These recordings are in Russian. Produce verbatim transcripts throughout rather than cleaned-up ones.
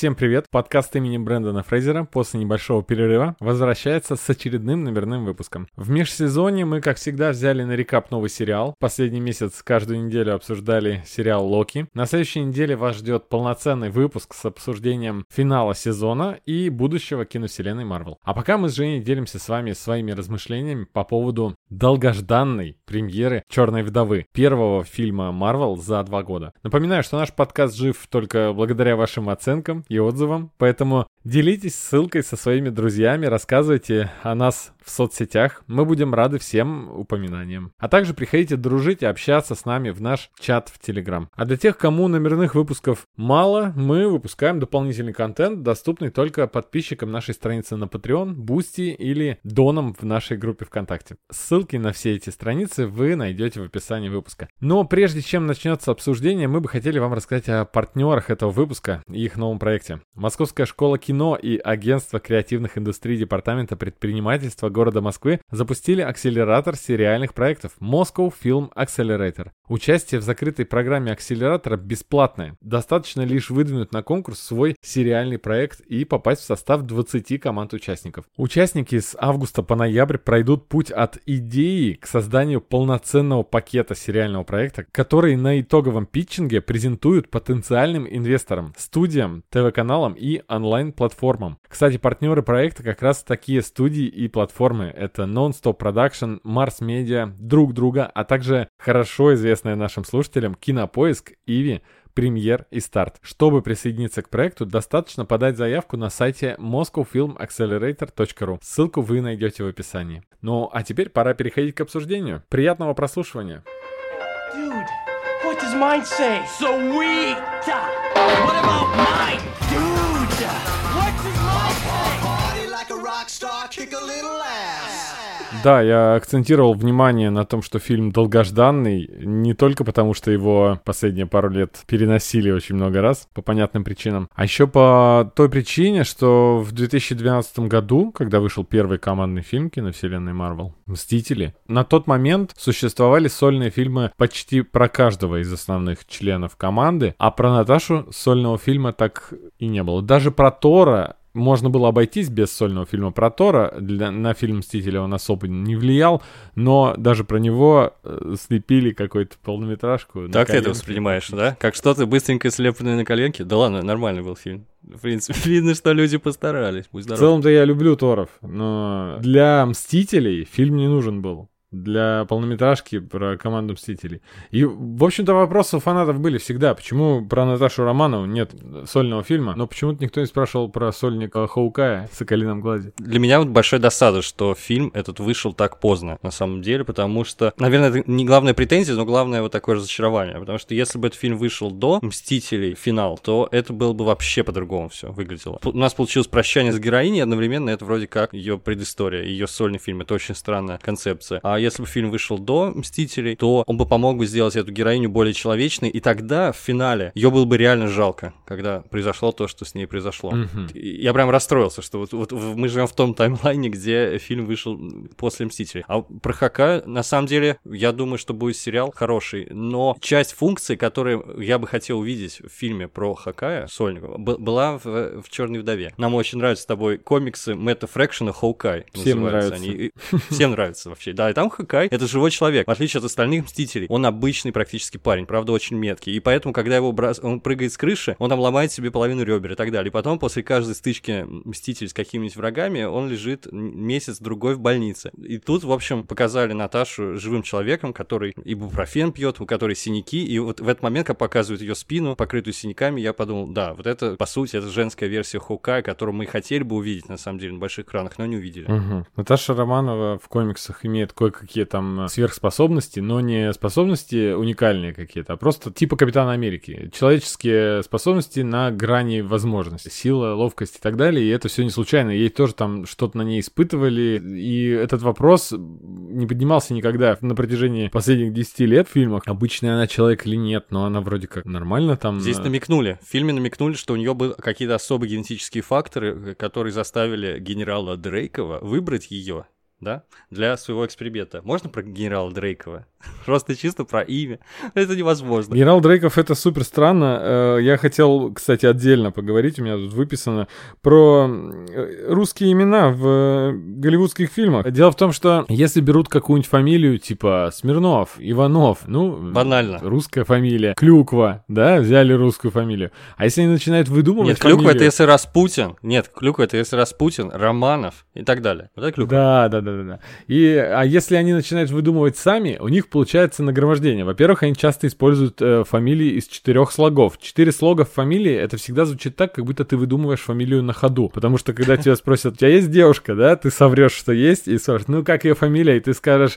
Всем привет! Подкаст имени Брэндона Фрейзера после небольшого перерыва возвращается с очередным номерным выпуском. В межсезонье мы, как всегда, взяли на рекап новый сериал. Последний месяц каждую неделю обсуждали сериал «Локи». На следующей неделе вас ждет полноценный выпуск с обсуждением финала сезона и будущего киновселенной Marvel. А пока мы с Женей делимся с вами своими размышлениями по поводу долгожданной премьеры «Черной вдовы», первого фильма Marvel за два года. Напоминаю, что наш подкаст жив только благодаря вашим оценкам и отзывам, поэтому делитесь ссылкой со своими друзьями, рассказывайте о нас в соцсетях, мы будем рады всем упоминаниям. А также приходите дружить и общаться с нами в наш чат в Telegram. А для тех, кому номерных выпусков мало, мы выпускаем дополнительный контент, доступный только подписчикам нашей страницы на Patreon, Boosty или донам в нашей группе ВКонтакте. Ссылки на все эти страницы вы найдете в описании выпуска. Но прежде чем начнется обсуждение, мы бы хотели вам рассказать о партнерах этого выпуска и их новом проекте. Московская школа кино и агентство креативных индустрий Департамента предпринимательства города Москвы запустили акселератор сериальных проектов Moscow Film Accelerator. Участие в закрытой программе акселератора бесплатное. Достаточно лишь выдвинуть на конкурс свой сериальный проект и попасть в состав двадцати команд участников. Участники с августа по ноябрь пройдут путь от идеи к созданию полноценного пакета сериального проекта, который на итоговом питчинге презентуют потенциальным инвесторам, студиям, ТВ-каналам и онлайн-платформам. Кстати, партнеры проекта как раз такие студии и платформы. Это Non-Stop Production, Mars Media, Друг Друга, а также хорошо известная нашим слушателям Кинопоиск, Иви, Премьер и Старт. Чтобы присоединиться к проекту, достаточно подать заявку на сайте moscow film accelerator точка ru. Ссылку вы найдете в описании. Ну, а теперь пора переходить к обсуждению. Приятного прослушивания. Dude, what does mine say? Sweet! What about mine? Dude! What does mine say? Party like a rock star, kick a little ass. Да, я акцентировал внимание на том, что фильм долгожданный, не только потому, что его последние пару лет переносили очень много раз, по понятным причинам, а еще по той причине, что в две тысячи двенадцатом году, когда вышел первый командный фильм киновселенной Marvel, «Мстители», на тот момент существовали сольные фильмы почти про каждого из основных членов команды, а про Наташу сольного фильма так и не было. Даже про Тора можно было обойтись без сольного фильма про Тора. Для, на фильм «Мстители» он особо не влиял, но даже про него э, слепили какую-то полнометражку. Так ты это воспринимаешь, да? Как что-то быстренько слепленное на коленке? Да ладно, нормальный был фильм. В принципе, видно, что люди постарались. Будь здоров. В целом-то я люблю Торов, но для «Мстителей» фильм не нужен был. Для полнометражки про команду Мстителей. И, в общем-то, вопросы у фанатов были всегда. Почему про Наташу Романову нет сольного фильма, но почему-то никто не спрашивал про сольника Хоукая в «Соколином глазе». Для меня вот большая досада, что фильм этот вышел так поздно, на самом деле, потому что, наверное, это не главная претензия, но главное вот такое разочарование. Потому что если бы этот фильм вышел до «Мстителей» финал, то это было бы вообще по-другому все выглядело. У нас получилось прощание с героиней, одновременно это вроде как ее предыстория, ее сольный фильм. Это очень странная концепция. А если бы фильм вышел до «Мстителей», то он бы помог бы сделать эту героиню более человечной, и тогда в финале ее было бы реально жалко, когда произошло то, что с ней произошло. Mm-hmm. Я прям расстроился, что вот, вот мы живем в том таймлайне, где фильм вышел после «Мстителей». А про Хоккая, на самом деле, я думаю, что будет сериал хороший, но часть функций, которые я бы хотел увидеть в фильме про Хоккая, сольника, была в, в «Черной вдове». Нам очень нравятся с тобой комиксы Мэтта Фрэкшена «Хоукай». Всем нравится. Они. Всем нравится вообще. Да, и там Хоккай — это живой человек. В отличие от остальных Мстителей, он обычный практически парень, правда, очень меткий. И поэтому, когда его брос... он прыгает с крыши, он там ломает себе половину ребер и так далее. И потом, после каждой стычки Мстителей с какими-нибудь врагами, он лежит месяц-другой в больнице. И тут, в общем, показали Наташу живым человеком, который ибупрофен пьет, у которой синяки. И вот в этот момент, как показывают ее спину, покрытую синяками, я подумал, да, вот это, по сути, это женская версия Хоукая, которую мы хотели бы увидеть, на самом деле, на больших экранах, но не увидели. Угу. Наташа Романова в комиксах имеет кое-какие там сверхспособности, но не способности уникальные какие-то, а просто типа Капитана Америки. Человеческие способности на грани возможностей. Сила, ловкость и так далее. И это все не случайно. Ей тоже там что-то на ней испытывали. И этот вопрос не поднимался никогда на протяжении последних десяти лет в фильмах. Обычная она человек или нет, но она вроде как нормально там. Здесь намекнули. В фильме намекнули, что у нее были какие-то особые генетические факторы, которые заставили генерала Дрейкова выбрать ее да, для своего эксперимента. Можно про генерала Дрейкова? Просто чисто про имя. Это невозможно. Генерал Дрейков — это супер странно. Я хотел, кстати, отдельно поговорить, у меня тут выписано, про русские имена в голливудских фильмах. Дело в том, что если берут какую-нибудь фамилию, типа Смирнов, Иванов, ну... Банально. Русская фамилия. Клюква, да, взяли русскую фамилию. А если они начинают выдумывать Нет, фамилию... Клюква — это если Распутин. Нет, Клюква — это если Распутин, Романов и так далее. Вот это Клюква. Да, да, да, да, да. И, а если они начинают выдумывать сами, у них получается нагромождение. Во-первых, они часто используют э, фамилии из четырех слогов. Четыре слога в фамилии, это всегда звучит так, как будто ты выдумываешь фамилию на ходу. Потому что, когда тебя спросят, у тебя есть девушка, да, ты соврешь, что есть, и скажешь, ну, как ее фамилия? И ты скажешь,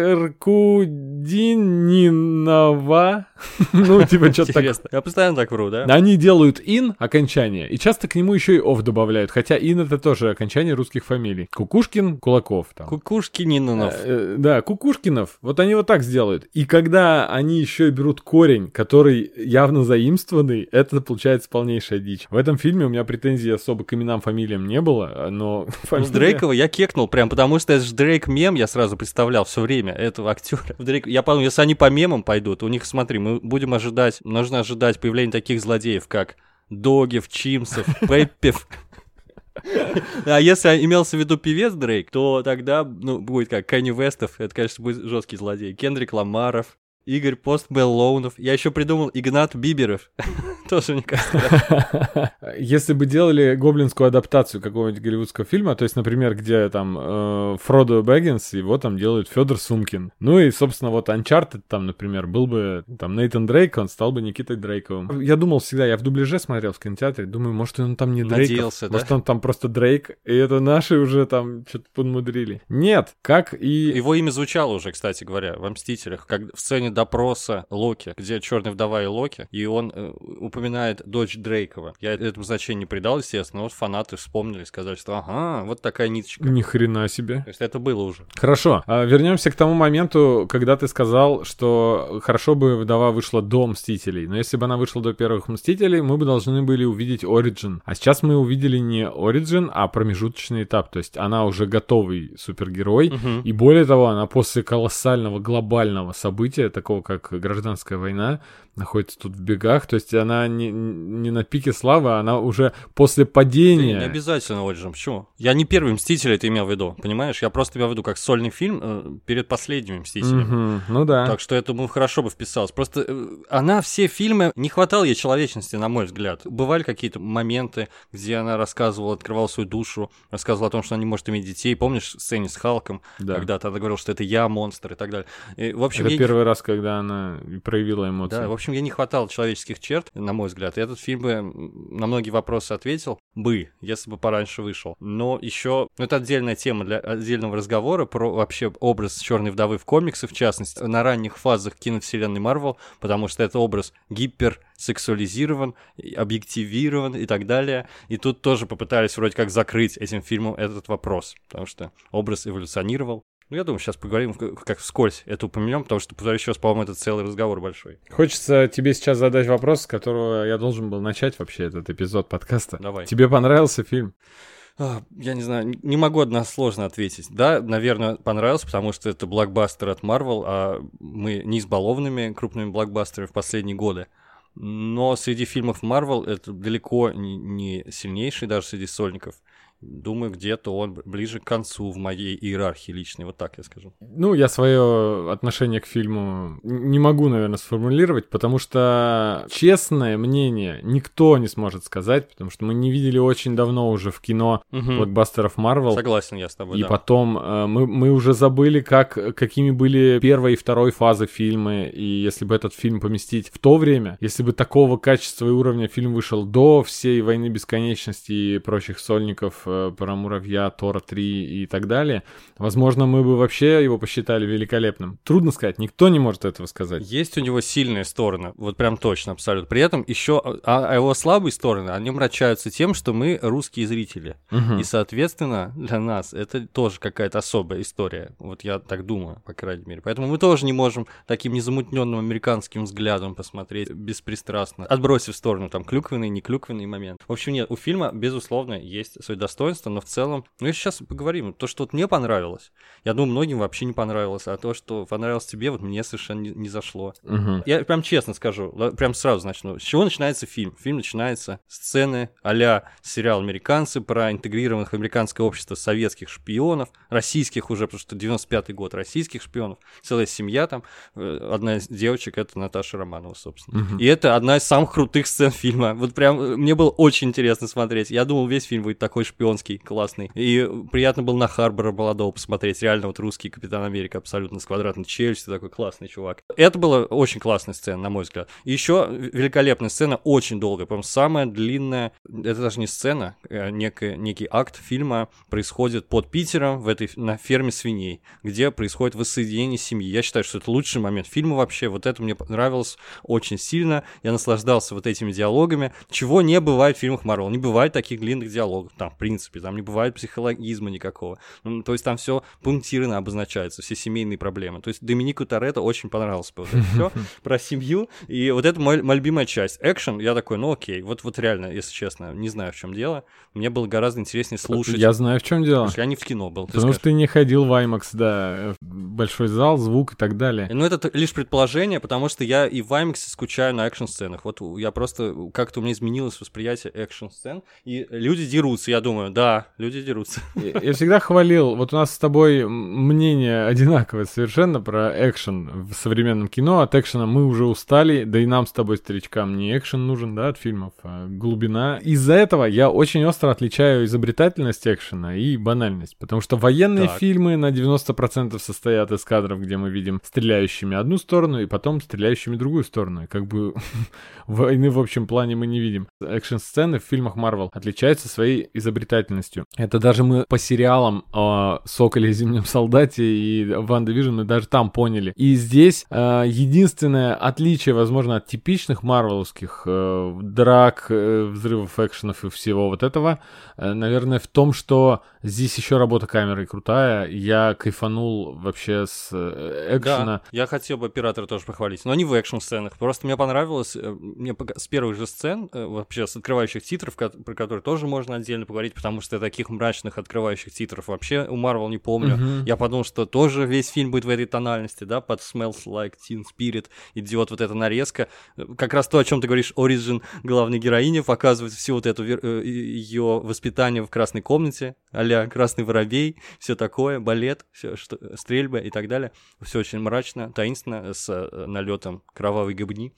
Черкудининова. Ну, типа, что-то так. Интересно. Я постоянно так вру, да? Они делают «ин» окончание, и часто к нему еще и «ов» добавляют. Хотя «ин» — это тоже окончание русских фамилий. Кукушкин, Кулаков. Там. Кукушкининов. Э, да, Кукушкинов. Вот они вот так сделают. И когда они еще и берут корень, который явно заимствованный, это получается полнейшая дичь. В этом фильме у меня претензий особо к именам, фамилиям не было, но... Ну, с Дрейкова я кекнул прям, потому что это же Дрейк-мем, я сразу представлял все время этого актера. Дрейк... Я подумал, если они по мемам пойдут, у них, смотри, мы будем ожидать, нужно ожидать появления таких злодеев, как Догев, Чимсов, Пеппев. А если имелся в виду певец Дрейк, то тогда, ну, будет как Кенни Вестов, это, конечно, будет жесткий злодей, Кендрик Ламаров, Игорь Постмелоунов. Я еще придумал Игнат Биберов. Тоже, мне кажется. Если бы делали гоблинскую адаптацию какого-нибудь голливудского фильма, то есть, например, где там э, Фродо Бэггинс, его там делают Федор Сумкин. Ну и, собственно, вот Uncharted там, например, был бы там Нейтан Дрейк, он стал бы Никитой Дрейковым. Я думал всегда, я в дубляже смотрел в кинотеатре, думаю, может, он там не Дрейков. Надеялся, да? Может, он там просто Дрейк, и это наши уже там что-то подмудрили. Нет, как и... Его имя звучало уже, кстати говоря, во «Мстителях», как в сцене допроса Локи, где Черная вдова и Локи, и он э, упоминает дочь Дрейкова. Я этому значения не придал, естественно, но вот фанаты вспомнили, сказали, что ага, вот такая ниточка. Ни хрена себе. То есть это было уже. Хорошо, а вернемся к тому моменту, когда ты сказал, что хорошо бы вдова вышла до Мстителей, но если бы она вышла до первых Мстителей, мы бы должны были увидеть Origin. А сейчас мы увидели не Origin, а промежуточный этап, то есть она уже готовый супергерой, Угу. и более того, она после колоссального глобального события, такого как гражданская война, находится тут в бегах, то есть она не, не на пике славы, она уже после падения. Не обязательно Origin, почему? Я не первый Мститель это имел в виду, понимаешь? Я просто имел в виду как сольный фильм э, перед последними Мстителями. Угу, ну да. Так что это ну, хорошо бы вписалось. Просто э, она все фильмы, не хватало ей человечности, на мой взгляд. Бывали какие-то моменты, где она рассказывала, открывала свою душу, рассказывала о том, что она не может иметь детей. Помнишь сцене с Халком, Да. когда-то она говорила, что это я монстр и так далее. И, в общем, Это ей... первый раз, когда она проявила эмоции. Да, в общем, ей не хватало человеческих черт, на мой взгляд. И этот фильм бы на многие вопросы ответил бы, если бы пораньше вышел. Но еще, ну, это отдельная тема для отдельного разговора про вообще образ Черной вдовы в комиксах, в частности, на ранних фазах киновселенной Марвел, потому что это образ гиперсексуализирован, объективирован и так далее. И тут тоже попытались вроде как закрыть этим фильмом этот вопрос, потому что образ эволюционировал. Ну, я думаю, сейчас поговорим, как вскользь это упомянем, потому что, повторюсь, сейчас, по-моему, это целый разговор большой. Хочется тебе сейчас задать вопрос, с которого я должен был начать вообще этот эпизод подкаста. Давай. Тебе понравился фильм? А, я не знаю, не могу односложно ответить. Да, наверное, понравился, потому что это блокбастер от Marvel, а мы не избалованными крупными блокбастерами в последние годы. Но среди фильмов Marvel это далеко не, не сильнейший, даже среди сольников. Думаю, где-то он ближе к концу в моей иерархии личной, вот так я скажу. Ну, я свое отношение к фильму не могу, наверное, сформулировать, потому что честное мнение никто не сможет сказать, потому что мы не видели очень давно уже в кино Угу. блокбастеров Marvel. Согласен я с тобой, И да. потом э, мы, мы уже забыли, как, какими были первой и второй фазы фильмы, и если бы этот фильм поместить в то время, если бы такого качества и уровня фильм вышел до всей «Войны бесконечности» и прочих сольников э, про муравья, Тора три и так далее, возможно, мы бы вообще его посчитали великолепным. Трудно сказать, никто не может этого сказать. Есть у него сильные стороны, вот прям точно, абсолютно. При этом еще, а, а его слабые стороны, они мрачаются тем, что мы русские зрители. Мгм. И, соответственно, для нас это тоже какая-то особая история. Вот я так думаю, по крайней мере. Поэтому мы тоже не можем таким незамутненным американским взглядом посмотреть беспристрастно, отбросив в сторону там клюквенный, не клюквенный момент. В общем, нет, у фильма, безусловно, есть свои достоинства. достоинства, но в целом, ну, если сейчас поговорим, то, что вот мне понравилось, я думаю, многим вообще не понравилось, а то, что понравилось тебе, вот мне совершенно не, не зашло. Угу. Я прям честно скажу, прям сразу начну. С чего начинается фильм? Фильм начинается с сцены а-ля сериал «Американцы» про интегрированных в американское общество советских шпионов, российских уже, потому что девяносто пятый год, российских шпионов, целая семья там, одна из девочек — это Наташа Романова, собственно. Угу. И это одна из самых крутых сцен фильма. Вот прям мне было очень интересно смотреть. Я думал, весь фильм будет такой шпионский, классный. И приятно было на Харбора молодого посмотреть. Реально вот русский Капитан Америка абсолютно с квадратной челюстью, такой классный чувак. Это была очень классная сцена, на мой взгляд. И еще великолепная сцена, очень долгая, по-моему, самая длинная. Это даже не сцена, некий, некий акт фильма происходит под Питером в этой, на ферме свиней, где происходит воссоединение семьи. Я считаю, что это лучший момент фильма вообще. Вот это мне понравилось очень сильно. Я наслаждался вот этими диалогами, чего не бывает в фильмах Марвел. Не бывает таких длинных диалогов. Там, в принципе, там не бывает психологизма никакого. Ну, то есть там все пунктирно обозначается, все семейные проблемы. То есть Доминику Торетто очень понравилось вот это все про семью. И вот это моя, моя любимая часть. Экшен, я такой, ну окей, вот, вот реально, если честно, не знаю, в чем дело. Мне было гораздо интереснее слушать. Я знаю, в чем дело. Потому что я не в кино был. Потому что ты не ходил в IMAX, да, большой зал, звук и так далее. Ну, это лишь предположение, потому что я и в IMAX скучаю на экшн-сценах. Вот я просто, как-то у меня изменилось восприятие экшн-сцен, и люди дерутся, я думаю, да, люди дерутся. Я, я всегда хвалил, вот у нас с тобой мнение одинаковое совершенно про экшен в современном кино. От экшена мы уже устали, да и нам с тобой, старичкам, не экшен нужен, да, от фильмов, а глубина. Из-за этого я очень остро отличаю изобретательность экшена и банальность, потому что военные так. фильмы на девяносто процентов состоят из кадров, где мы видим стреляющими одну сторону и потом стреляющими другую сторону. И как бы войны в общем плане мы не видим. Экшн-сцены в фильмах Marvel отличаются своей изобретательностью. Это даже мы по сериалам о Соколе и Зимнем Солдате и Ванда Вижн мы даже там поняли. И здесь э, единственное отличие, возможно, от типичных марвеловских э, драк, э, взрывов, экшенов и всего вот этого, э, наверное, в том, что здесь еще работа камеры крутая. Я кайфанул вообще с э, экшена. Да, я хотел бы оператора тоже похвалить, но не в экшн-сценах. Просто мне понравилось, мне с первых же сцен, вообще с открывающих титров, про которые тоже можно отдельно поговорить, потому что таких мрачных открывающих титров вообще у Marvel не помню. Uh-huh. Я подумал, что тоже весь фильм будет в этой тональности, да, под Smells Like Teen Spirit идет вот эта нарезка. Как раз то, о чем ты говоришь, оригин главной героини, показывает всю вот эту ее воспитание в красной комнате, а-ля Красный воробей, все такое, балет, все, что, стрельбы и так далее. Все очень мрачно, таинственно, с налетом кровавой гобни.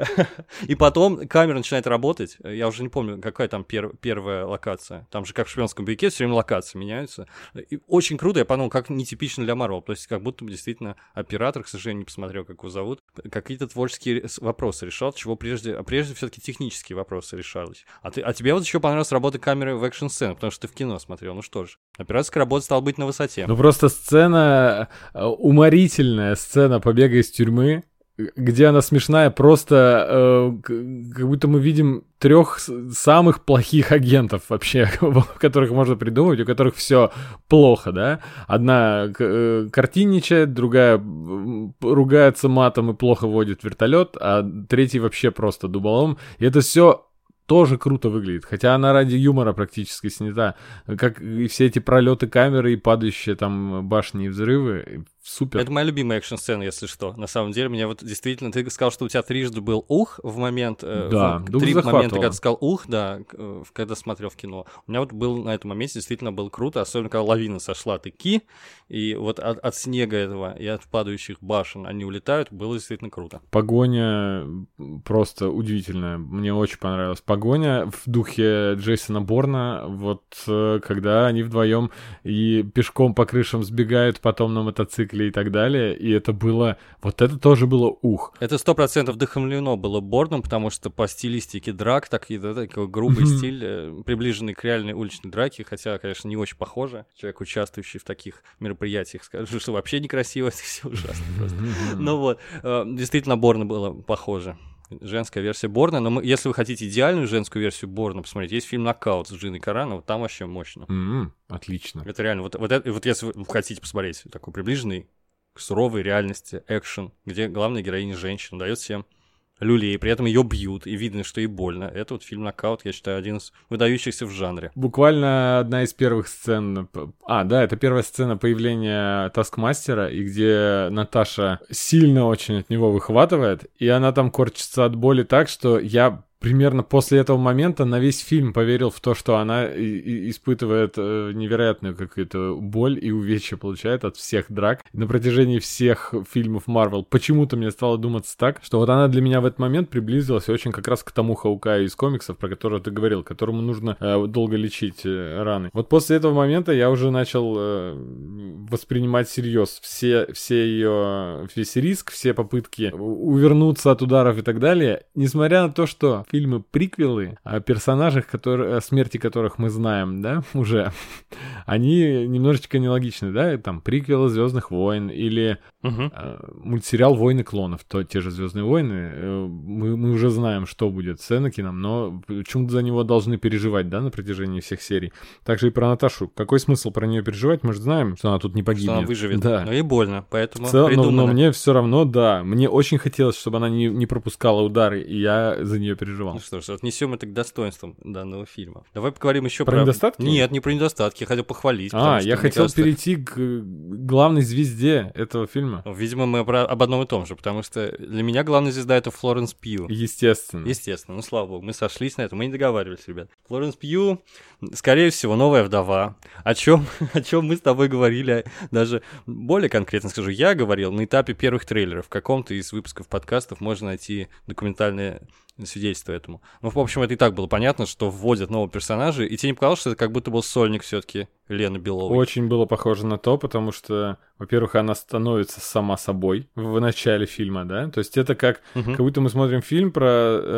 И потом камера начинает работать. Я уже не помню, какая там пер- первая локация. Там же, как в «Шпионском боевике», все время локации меняются. И очень круто, я подумал, как нетипично для Marvel. То есть как будто бы действительно оператор, к сожалению, не посмотрел, как его зовут, какие-то творческие вопросы решал, чего прежде, а прежде все-таки технические вопросы решались. А, ты, а тебе вот еще понравилась работа камеры в экшн-сценах, потому что ты в кино смотрел. Ну что ж, операторская работа стала быть на высоте. Ну просто сцена, уморительная сцена побега из тюрьмы, где она смешная, просто э, как будто мы видим трех самых плохих агентов вообще, которых можно придумать, у которых все плохо, да. Одна э, картинничает, другая ругается матом и плохо водит вертолет, а третий вообще просто дуболом. И это все тоже круто выглядит, хотя она ради юмора практически снята. Как и все эти пролеты камеры и падающие там башни и взрывы. Супер. Это моя любимая экшн-сцена, если что. На самом деле, мне вот действительно... Ты сказал, что у тебя трижды был ух в момент... Да, в, три момента, когда ты сказал ух, да, когда смотрел в кино. У меня вот был на этом моменте действительно было круто, особенно когда лавина сошла таки, и вот от, от снега этого и от падающих башен они улетают, было действительно круто. Погоня просто удивительная. Мне очень понравилась погоня в духе Джейсона Борна, вот когда они вдвоем и пешком по крышам сбегают, потом на мотоцикле и так далее, и это было... Вот это тоже было ух. Это сто процентов вдохновлено было Борном, потому что по стилистике драк, так и да, такой грубый mm-hmm. стиль, э, приближенный к реальной уличной драке, хотя, конечно, не очень похоже. Человек, участвующий в таких мероприятиях, скажет, что вообще некрасиво, это все ужасно просто. Ну вот, э, действительно, Борна было похоже. Женская версия Борна, но мы, если вы хотите идеальную женскую версию Борна посмотреть, есть фильм «Нокаут» с Джиной Карановой, там вообще мощно. Mm-hmm. Отлично. Это реально, вот, вот, это, вот если вы хотите посмотреть такой приближенный к суровой реальности экшен, где главная героиня женщина дает всем люлей, при этом ее бьют, и видно, что ей больно. Это вот фильм «Нокаут», я считаю, один из выдающихся в жанре. Буквально одна из первых сцен... А, да, это первая сцена появления Таскмастера, и где Наташа сильно очень от него выхватывает, и она там корчится от боли так, что я... Примерно после этого момента на весь фильм поверил в то, что она и- и испытывает э, невероятную какую-то боль и увечья получает от всех драк. На протяжении всех фильмов Марвел почему-то мне стало думаться так, что вот она для меня в этот момент приблизилась очень как раз к тому Хоукаю из комиксов, про который ты говорил, которому нужно э, долго лечить э, раны. Вот после этого момента я уже начал э, воспринимать всерьез все, все ее, весь риск, все попытки увернуться от ударов и так далее, несмотря на то, что фильмы-приквелы о персонажах, которые, о смерти которых мы знаем, да, уже, они немножечко нелогичны, да, там, приквелы «Звездных войн» или Угу. э, мультсериал «Войны клонов», то, те же «Звездные войны», э, мы, мы уже знаем, что будет с Энакином, но почему-то за него должны переживать, да, на протяжении всех серий. Также и про Наташу. Какой смысл про нее переживать? Мы же знаем, что она тут не погибнет. Что она выживет, да. но ей больно, поэтому В целом, но, придумано. но мне все равно, да, мне очень хотелось, чтобы она не, не пропускала удары, и я за нее переживал. Ну что ж, отнесем это к достоинствам данного фильма. Давай поговорим еще Про про... недостатки? Нет, не про недостатки, я хотел похвалить. потому А, что, я мне хотел кажется, перейти к главной звезде этого фильма. ну, видимо, мы про... об одном и том же, потому что для меня главная звезда — это Флоренс Пью. Естественно. Естественно, ну слава богу, мы сошлись на этом, мы не договаривались, ребят. Флоренс Пью, скорее всего, новая вдова. О чем, о чем мы с тобой говорили, даже более конкретно скажу, я говорил на этапе первых трейлеров. В каком-то из выпусков подкастов можно найти документальные свидетельство этому. Ну, в общем, это и так было понятно, что вводят нового персонажа, и тебе не показалось, что это как будто был сольник все-таки Лены Беловой? Очень было похоже на то, потому что, во-первых, она становится сама собой в начале фильма, да, то есть это как, Мгм. как будто мы смотрим фильм про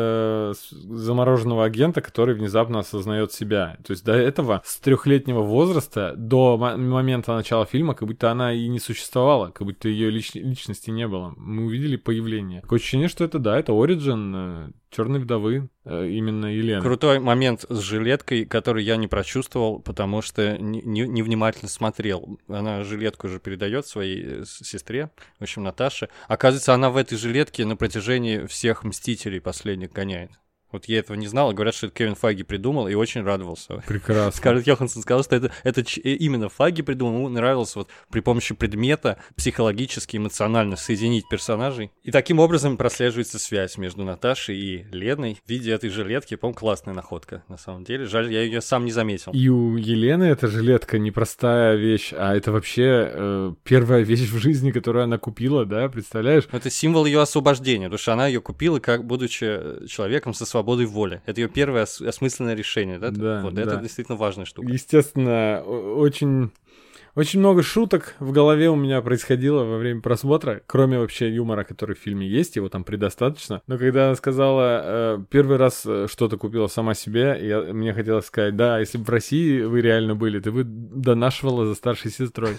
э, с- замороженного агента, который внезапно осознает себя. То есть до этого, с трехлетнего возраста до мо- момента начала фильма, как будто она и не существовала, как будто ее лич- личности не было. Мы увидели появление. Такое ощущение, что это, да, это оригин э, Черной вдовы, э, именно Елены. Крутой момент с жилеткой, который я не прочувствовал, потому что не- не- невнимательно смотрел. Она жилетку же передает своей э, с- сестре, в общем, Наташе. Оказывается, она в этой жилетке на протяжении всех «Мстителей» последних гоняет. Вот я этого не знал, говорят, что это Кевин Файги придумал, и очень радовался. Прекрасно. Скарлетт Йоханссон сказала, что это, это ч- э, именно Файги придумал, ему нравилось вот при помощи предмета психологически, эмоционально соединить персонажей. И таким образом прослеживается связь между Наташей и Леной в виде этой жилетки. По-моему, классная находка, на самом деле. Жаль, я ее сам не заметил. И у Елены эта жилетка непростая вещь, а это вообще э, первая вещь в жизни, которую она купила, да, представляешь? Это символ ее освобождения, потому что она ее купила, как будучи человеком со свободой воли. Это ее первое ос- осмысленное решение, да? Да, вот, да. это действительно важная штука. Естественно, о- очень... Очень много шуток в голове у меня происходило во время просмотра, кроме вообще юмора, который в фильме есть, его там предостаточно. Но когда она сказала, э, первый раз э, что-то купила сама себе, я, мне хотелось сказать, да, если бы в России вы реально были, ты бы донашивала за старшей сестрой.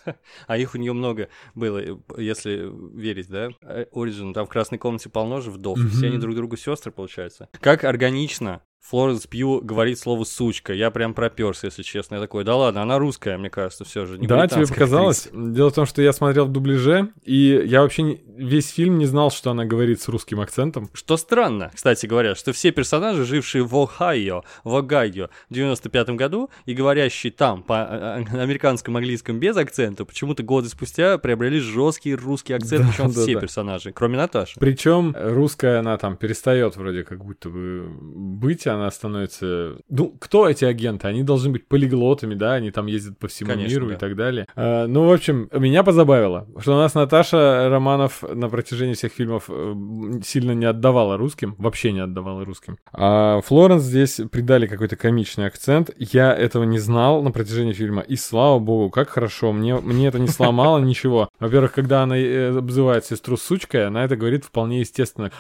А их у нее много было, если верить, да? Origin, там в красной комнате полно же вдов, все они друг другу сестры, получается. Как органично Флоренс Пью говорит слово «сучка». Я прям пропёрся, если честно. Я такой, да ладно, она русская, мне кажется, все же. Не Да, тебе британская показалось? актриса. Дело в том, что я смотрел в дубляже, и я вообще не- весь фильм не знал, что она говорит с русским акцентом. Что странно, кстати говоря, что все персонажи, жившие в Ohio, в Огайо в девяносто пятом году и говорящие там по а, а, американскому английскому без акцента, почему-то годы спустя приобрели жесткий русский акцент, Да, причем да, все да. персонажи, кроме Наташи. Причем русская она там перестает вроде как будто бы быть, она становится... Ну, кто эти агенты? Они должны быть полиглотами, да, они там ездят по всему Конечно, миру да. и так далее. А, ну, в общем, меня позабавило, что у нас Наташа Романов на протяжении всех фильмов э, сильно не отдавала русским, вообще не отдавала русским. А Флоренс здесь придали какой-то комичный акцент. Я этого не знал на протяжении фильма, и слава богу, как хорошо, мне, мне это не сломало ничего. Во-первых, когда она э, обзывает сестру сучкой, она это говорит вполне естественно.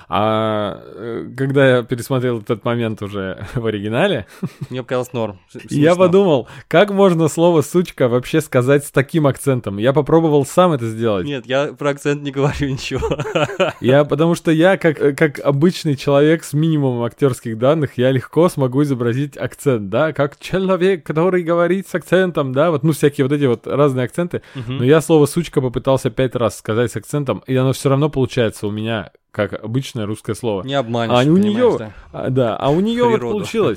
А э, когда я пересмотрел этот момент уже в оригинале, Мне показалось норм. и я Смешно. подумал, как можно слово «сучка» вообще сказать с таким акцентом? Я попробовал сам это сделать. Нет, я про акцент не говорю ничего. Я, потому что я, как, как обычный человек с минимумом актерских данных, я легко смогу изобразить акцент, да, как человек, который говорит с акцентом, да, вот, ну, всякие вот эти вот разные акценты. Но я слово «сучка» попытался пять раз сказать с акцентом, и оно все равно получается у меня как обычное русское слово. Не обманешь, а у нее, да? А, да, а у нее вот получилось.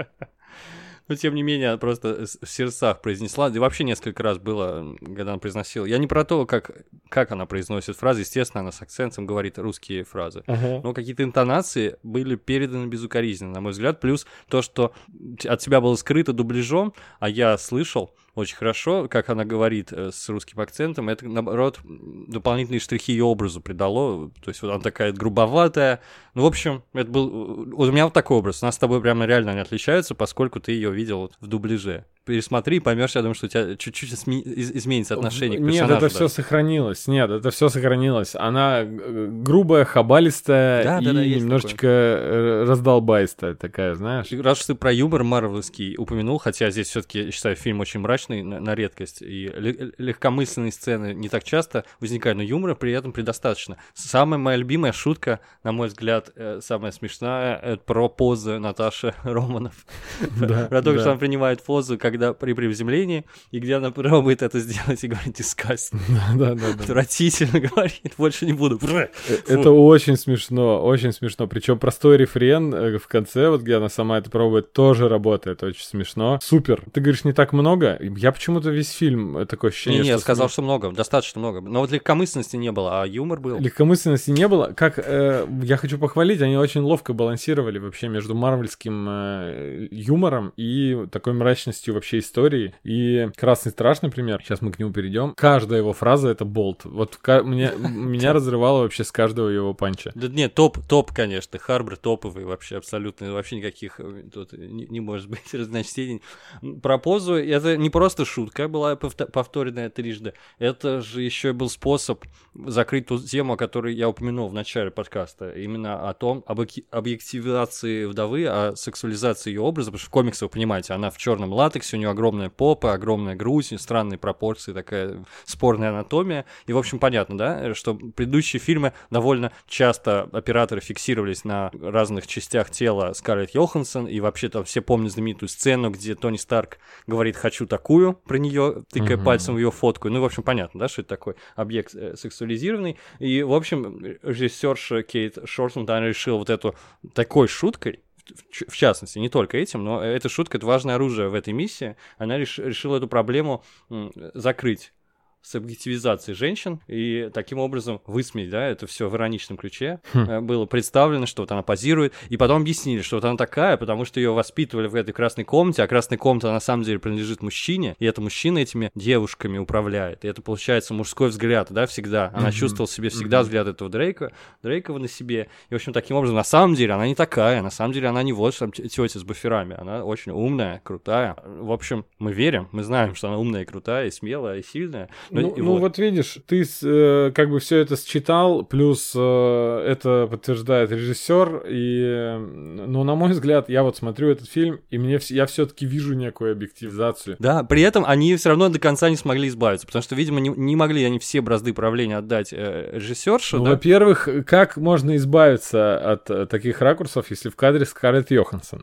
Но, тем не менее, она просто в сердцах произнесла. Да и вообще несколько раз было, когда она произносила. Я не про то, как, как она произносит фразы. Естественно, она с акцентом говорит русские фразы. Uh-huh. Но какие-то интонации были переданы безукоризненно, на мой взгляд. Плюс то, что от себя было скрыто дубляжом, а я слышал очень хорошо, как она говорит с русским акцентом. Это, наоборот, дополнительные штрихи ее образу придало. То есть вот она такая грубоватая. Ну, в общем, это был... У меня вот такой образ. У нас с тобой прямо реально они отличаются, поскольку ты ее видел вот в дубляже. Пересмотри и поймешь, я думаю, что у тебя чуть-чуть изме... изменится отношение к персонажу. Нет, это все сохранилось. Нет, это все сохранилось. Она грубая, хабалистая да, и да, да, немножечко такое. Раздолбайстая такая, знаешь. Раз уж ты про юмор марвеловский упомянул, хотя здесь все-таки, я считаю, фильм очень мрачный на, на редкость, и легкомысленные сцены не так часто возникают, но юмора при этом предостаточно. Самая моя любимая шутка, на мой взгляд, самая смешная, это про позы Наташи Романов. Про то, что она принимает позу, когда когда при приземлении, и где она пробует это сделать и говорит «disgusting». Да, да, да. Отвратительно говорит, больше не буду. Это очень смешно, очень смешно. Причем простой рефрен в конце, вот где она сама это пробует, тоже работает очень смешно. Супер. Ты говоришь, не так много? Я почему-то весь фильм такое ощущение, не, что... Не, сказал, что много, достаточно много. Но вот легкомысленности не было, а юмор был. Легкомысленности не было. Как э, я хочу похвалить, они очень ловко балансировали вообще между марвельским э, юмором и такой мрачностью вообще истории. И «Красный страж», например, сейчас мы к нему перейдем, каждая его фраза — это болт. Вот меня, меня разрывало вообще с каждого его панча. Да нет, топ, топ, конечно. Харбор топовый вообще абсолютно. Вообще никаких тут не, не может быть разночтений. Про позу это не просто шутка была повторенная трижды. Это же еще и был способ закрыть ту тему, о которой я упомянул в начале подкаста. Именно о том, об объективации вдовы, о сексуализации ее образа. Потому что в комиксах, вы понимаете, она в черном латексе, у нее огромная попа, огромная грудь, странные пропорции, такая спорная анатомия. И, в общем, понятно, да, что предыдущие фильмы довольно часто операторы фиксировались на разных частях тела Скарлетт Йоханссон, и вообще там все помнят знаменитую сцену, где Тони Старк говорит «хочу такую» про нее, тыкая uh-huh. пальцем в ее фотку. Ну, в общем, понятно, да, что это такой объект э, сексуализированный. И, в общем, режиссерша Кейт Шортман, она решила вот эту такой шуткой, в частности, не только этим, но эта шутка — это важное оружие в этой миссии. Она реш- решила эту проблему м, закрыть с объективизацией женщин и таким образом высмеять, да, это все в ироничном ключе хм. было представлено, что вот она позирует, и потом объяснили, что вот она такая, потому что ее воспитывали в этой красной комнате, а красная комната на самом деле принадлежит мужчине, и это мужчина этими девушками управляет, и это получается мужской взгляд, да, всегда. Она mm-hmm. чувствовала в себе всегда mm-hmm. взгляд этого Дрейка, Дрейкова на себе, и, в общем, таким образом, на самом деле она не такая, на самом деле она не вот там тетя с буферами, она очень умная, крутая. В общем, мы верим, мы знаем, что она умная и крутая, и смелая, и сильная. Ну, ну вот. вот видишь, ты э, как бы все это считал, плюс э, это подтверждает режиссер, и, э, ну, на мой взгляд, я вот смотрю этот фильм, и мне я все-таки вижу некую объективизацию. Да, при этом они все равно до конца не смогли избавиться, потому что, видимо, не, не могли они все бразды правления отдать э, режиссершу. Ну, да? Во-первых, как можно избавиться от э, таких ракурсов, если в кадре Скарлетт Йоханссон?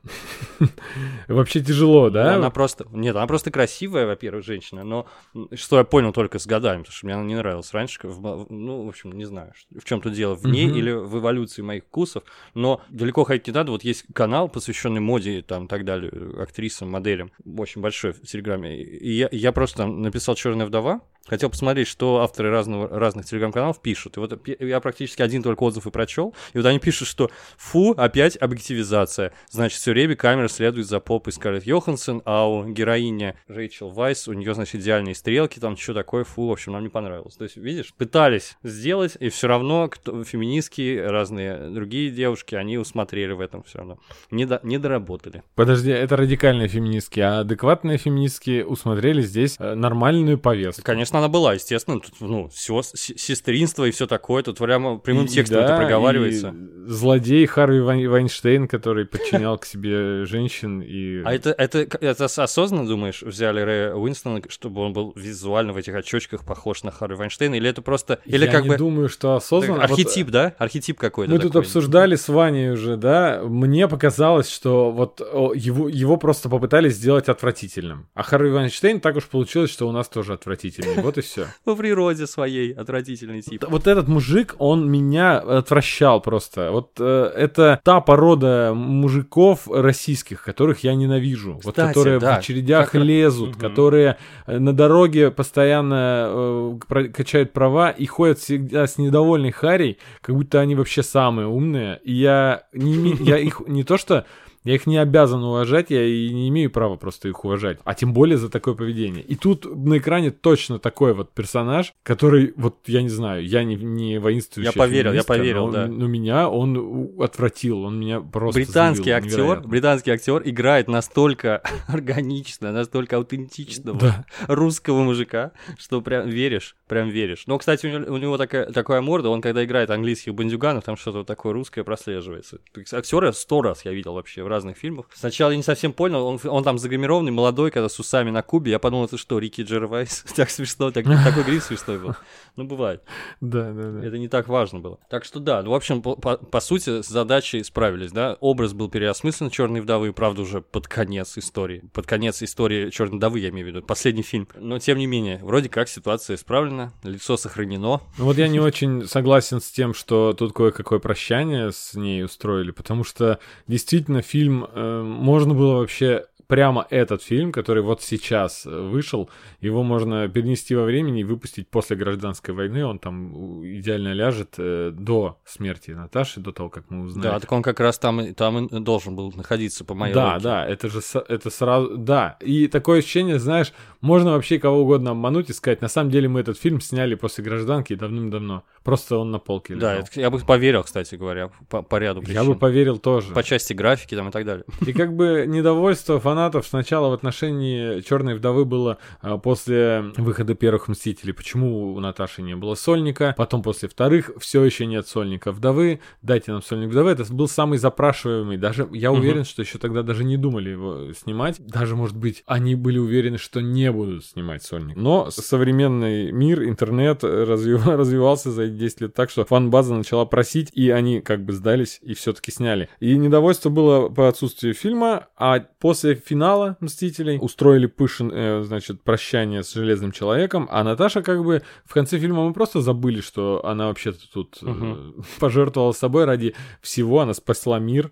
Вообще тяжело, да? Она просто, нет, она просто красивая, во-первых, женщина, но что я понял только с годами, потому что мне она не нравилась раньше, в, ну, в общем, не знаю, в чем тут дело, в ней mm-hmm. или в эволюции моих вкусов, но далеко ходить не надо, вот есть канал, посвященный моде, там, и так далее, актрисам, моделям, очень большой в Телеграме, и я, я просто там написал «Черная вдова», хотел посмотреть, что авторы разного, разных телеграм-каналов пишут, и вот я практически один только отзыв и прочел, и вот они пишут, что фу, опять объективизация, значит, все время камера следует за попой Скарлетт Йоханссон, а у героини Рэйчел Вайс, у нее, значит, идеальные стрелки, там, что такое, фу, в общем, нам не понравилось. То есть, видишь, пытались сделать, и все равно кто, феминистки, разные другие девушки, они усмотрели в этом все равно. Не, до, не доработали. Подожди, это радикальные феминистки, а адекватные феминистки усмотрели здесь нормальную повестку. Конечно, она была, естественно, тут, ну, сестринство и все такое, тут прямо прямым текстом да, это проговаривается. И злодей Харви Вайнштейн, который подчинял к себе женщин и... А это, это, это осознанно, думаешь, взяли Рэя Уинстона, чтобы он был визуально в этих очочках похож на Харви Вайнштейна, или это просто... Или Я как не бы... думаю, что осознанно. Архетип, вот... да? Архетип какой-то Мы такой. тут обсуждали с Ваней уже, да? Мне показалось, что вот его, его просто попытались сделать отвратительным. А Харви Вайнштейн так уж получилось, что у нас тоже отвратительный. Вот и все. По природе своей отвратительный тип. Вот этот мужик, он меня отвращал просто. Вот э, это та порода мужиков российских, которых я ненавижу. Кстати, вот которые да. в очередях Как... лезут, угу. которые на дороге постоянно э, про- качают права и ходят всегда с недовольной харей, как будто они вообще самые умные. И я, не, я их не то что... Я их не обязан уважать, я и не имею права просто их уважать. А тем более за такое поведение. И тут на экране точно такой вот персонаж, который, вот я не знаю, я не, не воинствующий. Я поверил, я поверил, но, да. Но меня он отвратил, он меня просто британский завел, актер, невероятно. британский актер играет настолько органично, настолько аутентичного да. русского мужика, что прям веришь, прям веришь. Но, кстати, у него, у него такая, такая морда, он когда играет английских бандюганов, там что-то вот такое русское прослеживается. Актера сто раз я видел вообще в разных фильмах. Сначала я не совсем понял, он, он там загримированный, молодой, когда с усами на Кубе. Я подумал, это что, Рики Джервайс? Так смешно, так, такой грим смешной был. Ну, бывает. Да, да, да. Это не так важно было. Так что да, ну, в общем, по, по, по сути, с задачей справились, да. Образ был переосмыслен «Черной вдовы», правда, уже под конец истории. Под конец истории «Черной вдовы», я имею в виду, последний фильм. Но, тем не менее, вроде как ситуация исправлена, лицо сохранено. Ну, вот я не очень согласен с тем, что тут кое-какое прощание с ней устроили, потому что действительно фильм э, можно было вообще прямо этот фильм, который вот сейчас вышел, его можно перенести во времени и выпустить после гражданской войны, он там идеально ляжет э, до смерти Наташи, до того, как мы узнаем. Да, так он как раз там, там и должен был находиться, по моей Да, логике. да, это же это сразу, да, и такое ощущение, знаешь, можно вообще кого угодно обмануть и сказать, на самом деле мы этот фильм сняли после гражданки давным-давно, просто он на полке лежал. Да, это, я бы поверил, кстати говоря, по, по ряду причин. Я бы поверил тоже. По части графики там и так далее. И как бы недовольство фанатов сначала в отношении «Черной вдовы» было а, после выхода первых «Мстителей». Почему у Наташи не было сольника? Потом после вторых все еще нет сольника вдовы. Дайте нам сольник вдовы. Это был самый запрашиваемый. Даже я уверен, uh-huh. что еще тогда даже не думали его снимать. Даже, может быть, они были уверены, что не будут снимать сольник. Но современный мир, интернет развив... развивался за десять лет так, что фан-база начала просить, и они как бы сдались и все-таки сняли. И недовольство было по отсутствию фильма, а после финала «Мстителей» устроили пышен, э, значит, прощание с Железным Человеком, а Наташа как бы в конце фильма мы просто забыли, что она вообще-то тут uh-huh. э, пожертвовала собой ради всего, она спасла мир,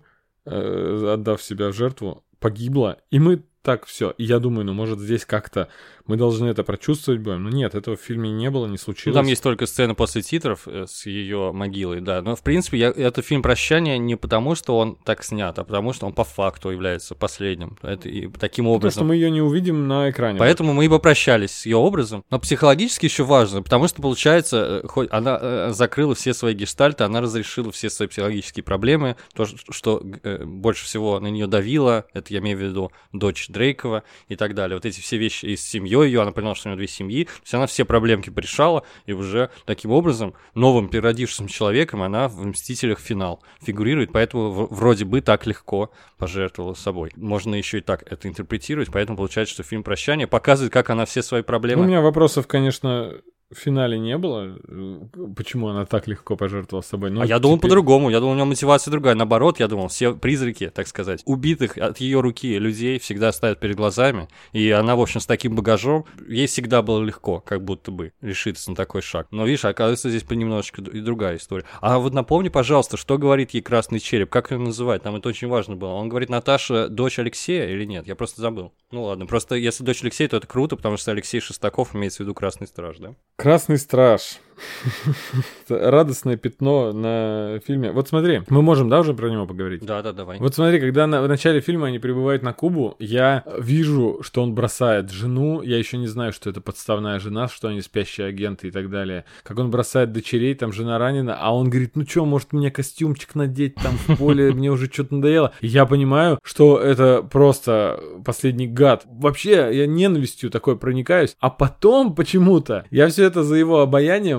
э, отдав себя в жертву, погибла, и мы так все. И я думаю, ну может здесь как-то мы должны это прочувствовать будем. Но нет, этого в фильме не было, не случилось. Ну, там есть только сцена после титров э, с ее могилой, да. Но, в принципе, я, это фильм «Прощание» не потому, что он так снят, а потому, что он по факту является последним. Это, и таким образом... Потому что мы ее не увидим на экране. Поэтому мы и попрощались с ее образом. Но психологически еще важно, потому что, получается, хоть она э, закрыла все свои гештальты, она разрешила все свои психологические проблемы. То, что э, больше всего на нее давило, это я имею в виду дочь Дрейкова и так далее. Вот эти все вещи из семьи ее, она поняла, что у нее две семьи, то есть она все проблемки порешала, и уже таким образом новым переродившимся человеком она в «Мстителях. Финал» фигурирует, поэтому в- вроде бы так легко пожертвовала собой. Можно еще и так это интерпретировать, поэтому получается, что фильм «Прощание» показывает, как она все свои проблемы... Ну, у меня вопросов, конечно... В финале не было, почему она так легко пожертвовала собой. Но а я теперь... думал по-другому, я думал, у нее мотивация другая. Наоборот, я думал, все призраки, так сказать, убитых от ее руки людей всегда стоят перед глазами, и она, в общем, с таким багажом, ей всегда было легко, как будто бы, решиться на такой шаг. Но, видишь, оказывается, здесь немножечко и другая история. А вот напомни, пожалуйста, что говорит ей Красный Череп, как ее называть, там это очень важно было. Он говорит, Наташа дочь Алексея или нет? Я просто забыл. Ну ладно, просто если дочь Алексея, то это круто, потому что Алексей Шестаков имеется в виду Красный Страж, да? Красный Страж. Радостное пятно на фильме. Вот смотри, мы можем, да, уже про него поговорить? Да, да, давай. Вот смотри, когда на, в начале фильма они прибывают на Кубу, я вижу, что он бросает жену, я еще не знаю, что это подставная жена, что они спящие агенты и так далее. Как он бросает дочерей, там жена ранена, а он говорит, ну что, может мне костюмчик надеть там в поле, мне уже что-то надоело. И я понимаю, что это просто последний гад. Вообще, я ненавистью такой проникаюсь, а потом почему-то я все это за его обаянием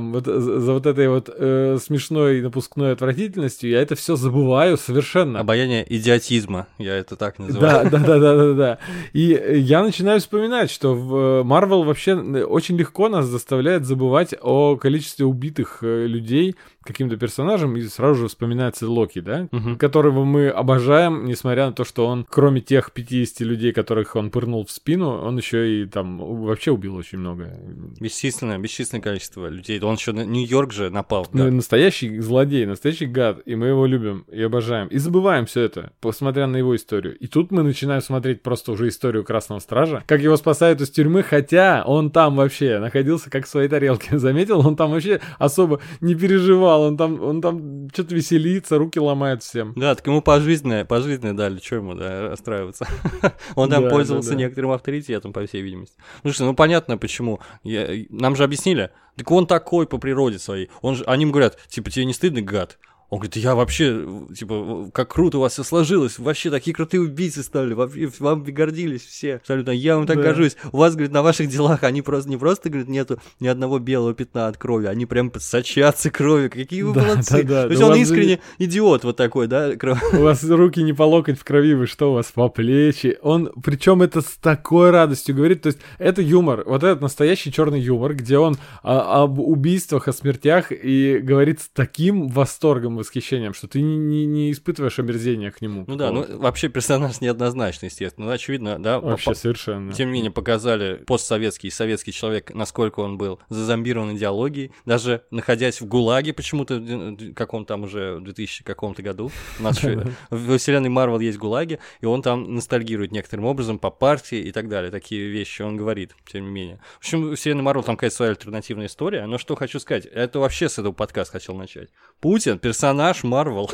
там, вот за, за вот этой вот э, смешной напускной отвратительностью, я это все забываю совершенно. Обаяние идиотизма, я это так называю. Да, да, да, да, да, да. И я начинаю вспоминать, что в Marvel вообще очень легко нас заставляет забывать о количестве убитых людей каким-то персонажем, и сразу же вспоминается Локи, да, Угу. которого мы обожаем, несмотря на то, что он, кроме тех пятидесяти людей, которых он пырнул в спину, он еще и там вообще убил очень много. Бесчисленное, бесчисленное количество людей. Он еще на Нью-Йорк же напал. Ну, Да. настоящий злодей, настоящий гад, и мы его любим и обожаем. И забываем все это, посмотря на его историю. И тут мы начинаем смотреть просто уже историю Красного Стража, как его спасают из тюрьмы, хотя он там вообще находился как в своей тарелке. Заметил, он там вообще особо не переживал, он там, он там что-то веселится, руки ломает всем. Да, так ему пожизненное, пожизненное дали, что ему, да, расстраиваться. Он там Да, пользовался да, да. некоторым авторитетом, по всей видимости. Ну что, ну понятно, почему. Я- Нам же объяснили, так он такой по природе своей. Он же, они ему говорят, типа, тебе не стыдно, гад? Он говорит, я вообще, типа, как круто у вас все сложилось, вообще такие крутые убийцы стали, вообще вам гордились все, абсолютно, я вам так Да. горжусь. У вас, говорит, на ваших делах они просто не просто, говорит, нету ни одного белого пятна от крови, они прям сочатся кровью, какие вы Да, молодцы. да, да, То есть да у он вас же- искренне идиот вот такой, да, кро- У вас руки не по локоть в крови, вы что, у вас по плечи. Он, причем это с такой радостью говорит, то есть это юмор, вот этот настоящий черный юмор, где он а, об убийствах, о смертях и говорит с таким восторгом, восхищением, что ты не, не, не испытываешь омерзения к нему. Ну да, ну какого-то. вообще персонаж неоднозначный, естественно. Ну, очевидно, да. Вообще по- совершенно. Тем не менее, показали постсоветский и советский человек, насколько он был зазомбирован идеологией. Даже находясь в ГУЛАГе почему-то, в каком там уже, в двухтысячном каком-то году, у нас еще в вселенной Марвел есть ГУЛАГи, и он там ностальгирует некоторым образом по партии и так далее. Такие вещи он говорит, тем не менее. В общем, в вселенной Марвел там какая-то своя альтернативная история. Но что хочу сказать, это вообще с этого подкаста хотел начать. Путин, персонаж Марвел.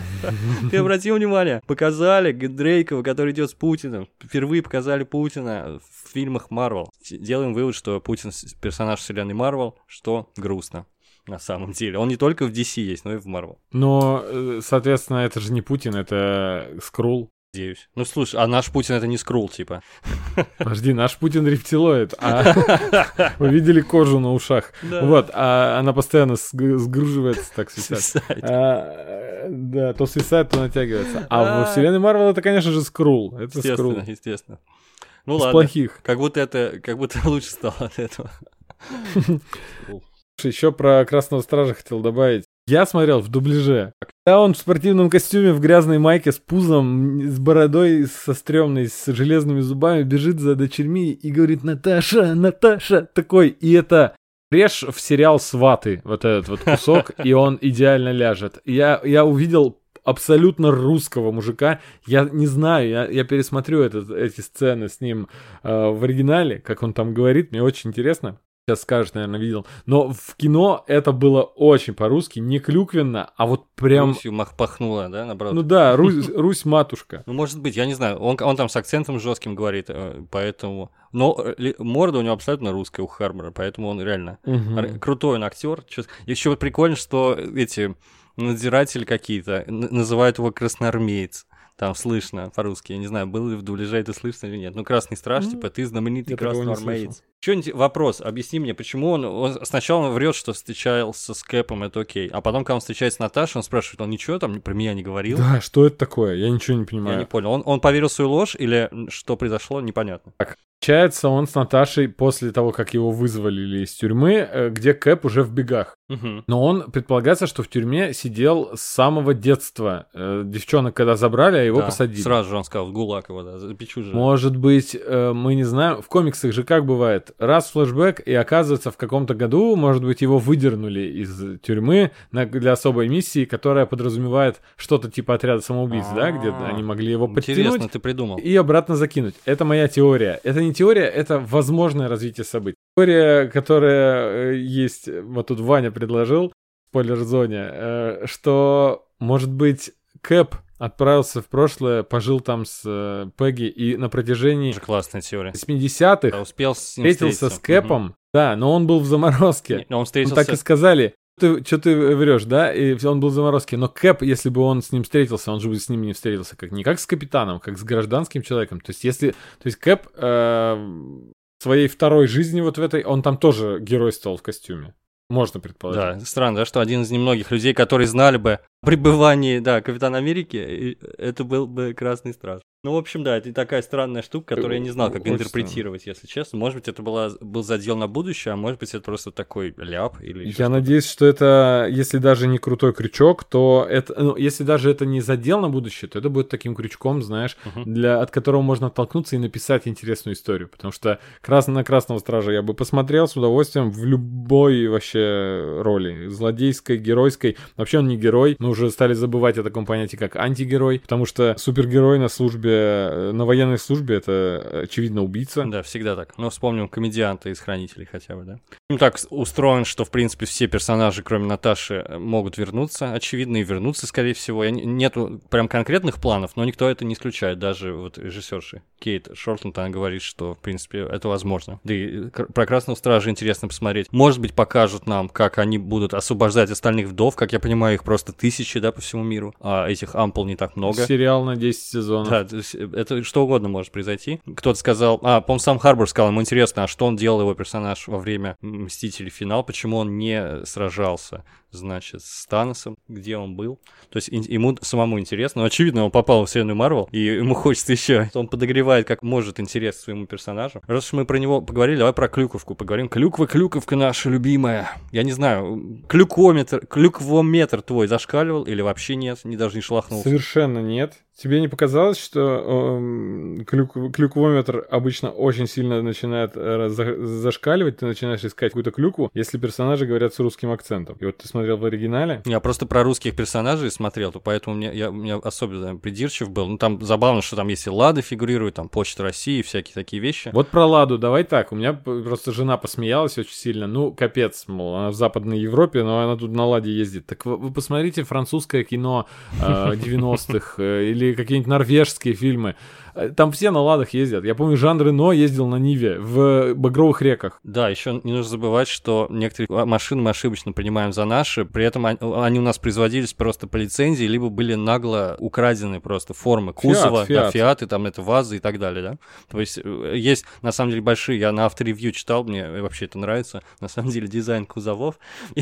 Ты обрати внимание, показали Дрейкова, который идет с Путиным. Впервые показали Путина в фильмах Марвел. Делаем вывод, что Путин персонаж вселенной Марвел, что грустно. На самом деле. Он не только в ди си есть, но и в Марвел. Но, э, соответственно, это же не Путин, это Скрул. Надеюсь. Ну слушай, а наш Путин это не Скрул, типа. Подожди, наш Путин рептилоид. А вы видели кожу на ушах? Да. Вот, а она постоянно сг- сгруживается, так свисает. Свисает. А, да, то свисает, то натягивается. А А. во вселенной Марвел это, конечно же, Скрул. Это Скрул. Естественно, естественно. Ну Из ладно. плохих. Как будто это, как будто лучше стало от этого. Еще про Красного Стража хотел добавить. Я смотрел в дубляже. Когда он в спортивном костюме, в грязной майке, с пузом, с бородой, со стрёмной, с железными зубами, бежит за дочерьми и говорит: «Наташа, Наташа!» Такой. И это режь в сериал «Сваты», вот этот вот кусок, и он идеально ляжет. Я, я увидел абсолютно русского мужика. Я не знаю, я, я пересмотрю этот, эти сцены с ним э, в оригинале, как он там говорит, мне очень интересно. Сейчас скажешь, наверное, видел. Но в кино это было очень по-русски, не клюквенно, а вот прям... Русью мах пахнула, да, наоборот? Ну да, Русь, Русь-матушка. Ну, может быть, я не знаю. Он, он там с акцентом жестким говорит, э, поэтому... Но э, ли- морда у него абсолютно русская у Хармора, поэтому он реально Мгм. р- крутой он актер. Еще прикольно, что эти надзиратели какие-то н- называют его красноармеец. Там слышно по-русски. Я не знаю, было ли в дубляже это слышно или нет. Ну, Красный Страж, Ну, типа, ты знаменитый я такого не красноармеец. Что-нибудь вопрос, объясни мне, почему он, он сначала он врет, что встречался с Кэпом, это окей, а потом, когда он встречается с Наташей, он спрашивает, он ничего там про меня не говорил? Да, что это такое? Я ничего не Я понимаю. не понял. Он, он поверил в свою ложь или что произошло, непонятно. Общается он с Наташей после того, как его вызволили из тюрьмы, э, где Кэп уже в бегах. Мгм. Но он, предполагается, что в тюрьме сидел с самого детства. Э, девчонок когда забрали, а его Да, посадили. Сразу же он сказал, в ГУЛАГ его, да, запечу же. Может быть, э, мы не знаем. В комиксах же как бывает? Раз флешбэк, и оказывается, в каком-то году, может быть, его выдернули из тюрьмы на- для особой миссии, которая подразумевает что-то типа отряда самоубийц, да, где А-а-а. они могли его Интересно, подтянуть ты придумал. и обратно закинуть. Это моя теория. Это не теория, это возможное развитие событий. Теория, которая э, есть, вот тут Ваня предложил, в спойлер-зоне, э, что, может быть, Кэп отправился в прошлое, пожил там с э, Пегги, и на протяжении Тоже классная теория. восьмидесятых Да, успел с ним встретился с встретиться. Кэпом, Мгм. да, но он был в заморозке. Не, но он Ну, встретился... так и сказали, ты, что ты врешь, да? И он был в заморозке. Но Кэп, если бы он с ним встретился, он же бы с ним не встретился, как не как с капитаном, как с гражданским человеком. То есть, если. То есть Кэп э, в своей второй жизни вот в этой, он там тоже геройствовал в костюме. Можно предположить. Да, странно, да, что один из немногих людей, которые знали бы о пребывании, да, Капитана Америки, это был бы Красный Страж. Ну, в общем, да, это такая странная штука, которую я не знал, как Очень интерпретировать, если честно. Может быть, это была, был задел на будущее, а может быть, это просто такой ляп или еще Я надеюсь, что это, если даже не крутой крючок, то это, ну, если даже это не задел на будущее, то это будет таким крючком, знаешь, uh-huh. для, от которого можно оттолкнуться и написать интересную историю. Потому что крас... на Красного Стража я бы посмотрел с удовольствием в любой вообще роли. Злодейской, геройской. Вообще он не герой, но уже стали забывать о таком понятии, как антигерой, потому что супергерой на службе, на военной службе — это, очевидно, убийца. Да, всегда так. Но вспомним комедианта из «Хранителей» хотя бы, да. Фильм так устроен, что, в принципе, все персонажи, кроме Наташи, могут вернуться. Очевидно, и вернуться, скорее всего. Нету прям конкретных планов, но никто это не исключает. Даже вот режиссерши Кейт Шортланд, она говорит, что, в принципе, это возможно. Да и про Красного Стража интересно посмотреть. Может быть, покажут нам, как они будут освобождать остальных вдов. Как я понимаю, их просто тысячи, да, по всему миру. А этих ампул не так много. Сериал на десять сезонов. Да, это что угодно может произойти. Кто-то сказал, а, по-моему, сам Харбор сказал, ему интересно, а что он делал, его персонаж, во время «Мстителей. Финал», почему он не сражался, значит, с Таносом, где он был. То есть ему самому интересно, но, очевидно, он попал в вселенную Марвел, и ему хочется еще, он подогревает как может интерес к своему персонажу. Раз уж мы про него поговорили, давай про клюковку поговорим. Клюква, клюковка наша любимая. Я не знаю, клюквометр, клюквометр твой зашкаливал или вообще нет, не даже не шелохнулся? Совершенно нет. Тебе не показалось, что э, клюк, клюквометр обычно очень сильно начинает э, за, зашкаливать, ты начинаешь искать какую-то клюкву, если персонажи говорят с русским акцентом. И вот ты смотрел в оригинале. Я просто про русских персонажей смотрел, поэтому мне, я, у меня особенно придирчив был. Ну, там забавно, что там есть и Лада фигурирует, там Почта России, всякие такие вещи. Вот про Ладу давай так. У меня просто жена посмеялась очень сильно. Ну, капец, мол, она в Западной Европе, но она тут на Ладе ездит. Так вы, вы посмотрите французское кино э, девяностых э, или какие-нибудь норвежские фильмы. Там все на ладах ездят. Я помню, Жан Рено ездил на Ниве в Багровых реках. Да, еще не нужно забывать, что некоторые машины мы ошибочно принимаем за наши, при этом они, они у нас производились просто по лицензии, либо были нагло украдены просто формы кузова, Фиат, да, фиаты, там это вазы и так далее, да. То есть есть, на самом деле, большие, я на авторевью читал, мне вообще это нравится, на самом деле дизайн кузовов,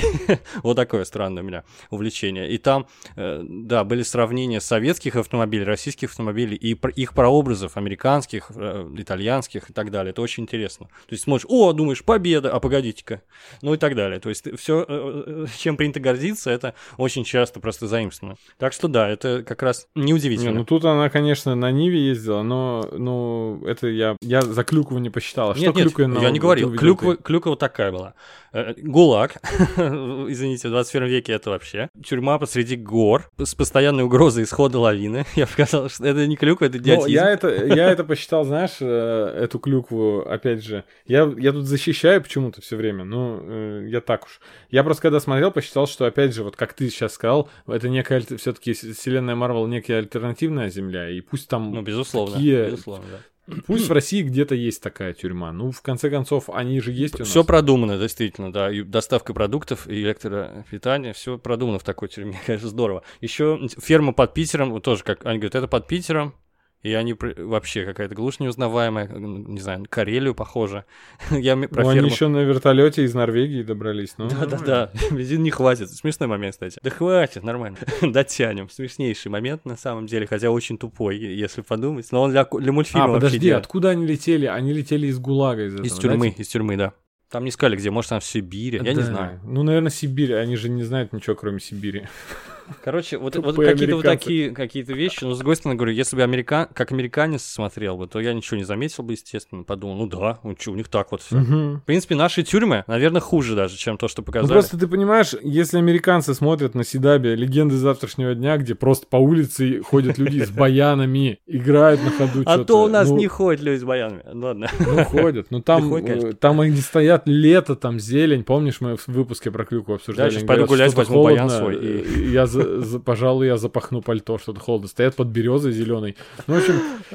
вот такое странное у меня увлечение. И там, да, были сравнения советских автомобилей, российских автомобилей и их прообразов американских, итальянских и так далее. Это очень интересно. То есть смотришь, о, думаешь, победа, а погодите-ка. Ну и так далее. То есть все, чем принято гордиться, это очень часто просто заимствовано. Так что да, это как раз неудивительно. Не, ну тут она, конечно, на Ниве ездила, но ну, это я, я за клюкву не посчитала. Что нет, нет, клюква на... я не говорил. Клюква, клюква вот такая была. ГУЛАГ, извините, в двадцать первом веке это вообще. Тюрьма посреди гор с постоянной угрозой исхода лавины. Я показал, что это не клюква, это идиотизм. Я это, я это посчитал, знаешь, эту клюкву, опять же. Я, я тут защищаю почему-то все время, ну, я так уж. Я просто когда смотрел, посчитал, что, опять же, вот как ты сейчас сказал, это некая, все-таки вселенная Марвел некая альтернативная земля, и пусть там ну, безусловно, такие... безусловно, да. Пусть в России где-то есть такая тюрьма. Ну, в конце концов, они же есть у нас. Все продумано, действительно, да. И доставка продуктов, и электропитание, все продумано в такой тюрьме. Конечно, здорово. Еще ферма под Питером, вот тоже, как они говорят, это под Питером. И они вообще какая-то глушь неузнаваемая, не знаю, Карелию похоже. Я про ну, ферму... они еще на вертолете из Норвегии добрались. Ну, да-да-да, бензин не хватит. Смешной момент, кстати. Да хватит, нормально. Дотянем. Смешнейший момент, на самом деле, хотя очень тупой, если подумать. Но он для, для мультфильма а, вообще подожди, делает. Откуда они летели? Они летели из ГУЛАГа, из этого, Из тюрьмы, да? из тюрьмы, да. Там не сказали, где, может, там в Сибири, я да. не знаю. Ну, наверное, Сибирь, они же не знают ничего, кроме Сибири. Короче, вот, вот какие-то вот такие какие-то вещи, но с другой стороны, говорю, если бы американ, как американец смотрел бы, то я ничего не заметил бы, естественно, подумал, ну да, ну что, у них так вот все. Угу. В принципе, наши тюрьмы, наверное, хуже даже, чем то, что показали. Ну, просто ты понимаешь, если американцы смотрят на Сидабе «Легенды завтрашнего дня», где просто по улице ходят люди с баянами, играют на ходу что-то. А то у нас не ходят люди с баянами, ладно. Ну, ходят, ну там там они стоят, лето, там зелень, помнишь, мы в выпуске про клюкву обсуждали? Да, сейчас пойду гулять, возьму баян свой. Я, пожалуй, я запахну пальто, что-то холодно. Стоят под березой зеленой. Ну, в общем...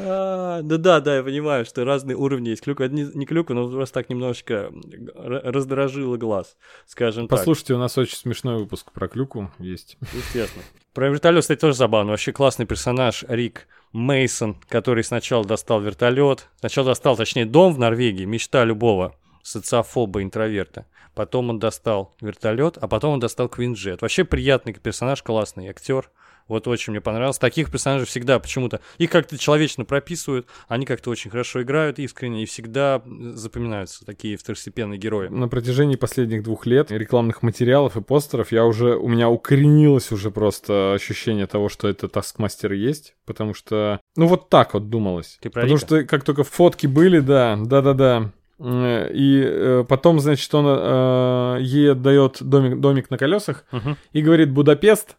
Да-да, да, я понимаю, что разные уровни есть. Клюква, это не клюква, но просто так немножечко раздражило глаз, скажем так. Послушайте, у нас очень смешной выпуск про клюкву есть. Естественно. Про вертолет, кстати, тоже забавно. Вообще классный персонаж Рик Мейсон, который сначала достал вертолет, сначала достал, точнее, дом в Норвегии, мечта любого социофоба-интроверта. Потом он достал вертолет, а потом он достал Квинджет. Вообще приятный персонаж, классный актер. Вот очень мне понравилось. Таких персонажей всегда почему-то... Их как-то человечно прописывают, они как-то очень хорошо играют искренне и всегда запоминаются такие второстепенные герои. На протяжении последних двух лет рекламных материалов и постеров я уже... У меня укоренилось уже просто ощущение того, что это Таскмастер есть, потому что... Ну вот так вот думалось. Ты про Потому Рика? что как только фотки были, да, да-да-да. И э, потом, значит, он э, ей отдает домик, домик на колесах Угу. и говорит «Будапест».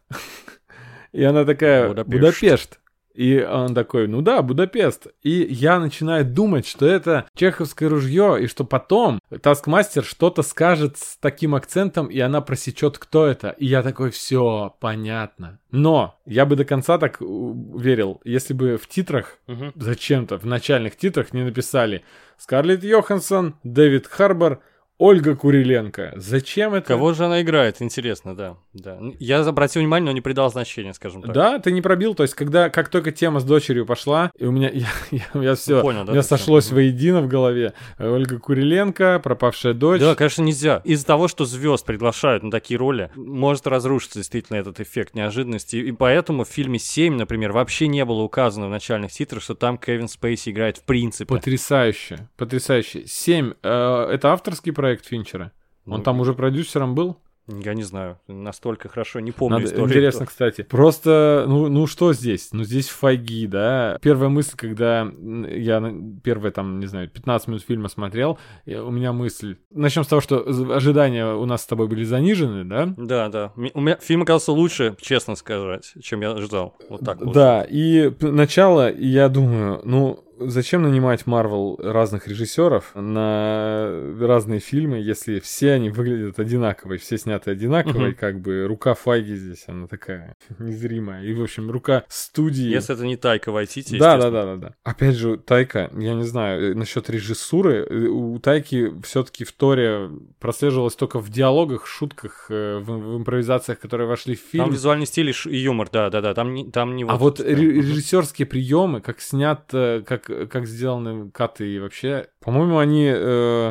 И она такая, Будапешт. Будапешт. И он такой, ну да, Будапест. И я начинаю думать, что это чеховское ружье, и что потом Таскмастер что-то скажет с таким акцентом, и она просечет, кто это. И я такой, все, понятно. Но я бы до конца так верил, если бы в титрах, Угу. зачем-то, в начальных титрах не написали Скарлетт Йоханссон, Дэвид Харбор, Ольга Куриленко. Зачем это? Кого же она играет? Интересно, да. да. Я обратил внимание, но не придал значения, скажем так. Да, ты не пробил, то есть когда, как только тема с дочерью пошла, и у меня, я, я, я все, Понял, да, у меня ты сошлось всё. воедино в голове. Ольга Куриленко, пропавшая дочь. Да, конечно, нельзя. Из-за того, что звезд приглашают на такие роли, может разрушиться действительно этот эффект неожиданности. И поэтому в фильме «семь», например, вообще не было указано в начальных титрах, что там Кевин Спейси играет в принципе. Потрясающе, потрясающе. Семь, э, это авторский проект Финчера? Он Ну, там уже продюсером был? Я не знаю, настолько хорошо не помню Надо- историю. Интересно, кстати. Просто, ну, ну что здесь? Ну, здесь Файги, да. Первая мысль, когда я на- первые, там, не знаю, пятнадцать минут фильма смотрел, и у меня мысль... Начнем с того, что ожидания у нас с тобой были занижены, да? Да, да. М- У меня фильм оказался лучше, честно сказать, чем я ожидал. Вот так вот. Да, и п- начало, и я думаю, ну, зачем нанимать Марвел разных режиссеров на разные фильмы, если все они выглядят одинаково, и все сняты одинаково, Мгм. и как бы рука Файги здесь, она такая незримая. И, в общем, рука студии... Если это не Тайка Вайтити, Да, да, естественно. да, да, да. Опять же, Тайка, я не знаю, э, насчет режиссуры, э, у Тайки все-таки в Торе прослеживалось только в диалогах, шутках, э, в, в импровизациях, которые вошли в фильм. Там визуальный стиль и, ш- и юмор, да, да, да. Там не, там не А вот да. ре- режиссерские приемы, как снят, э, как, как сделаны каты и вообще, по-моему, они э,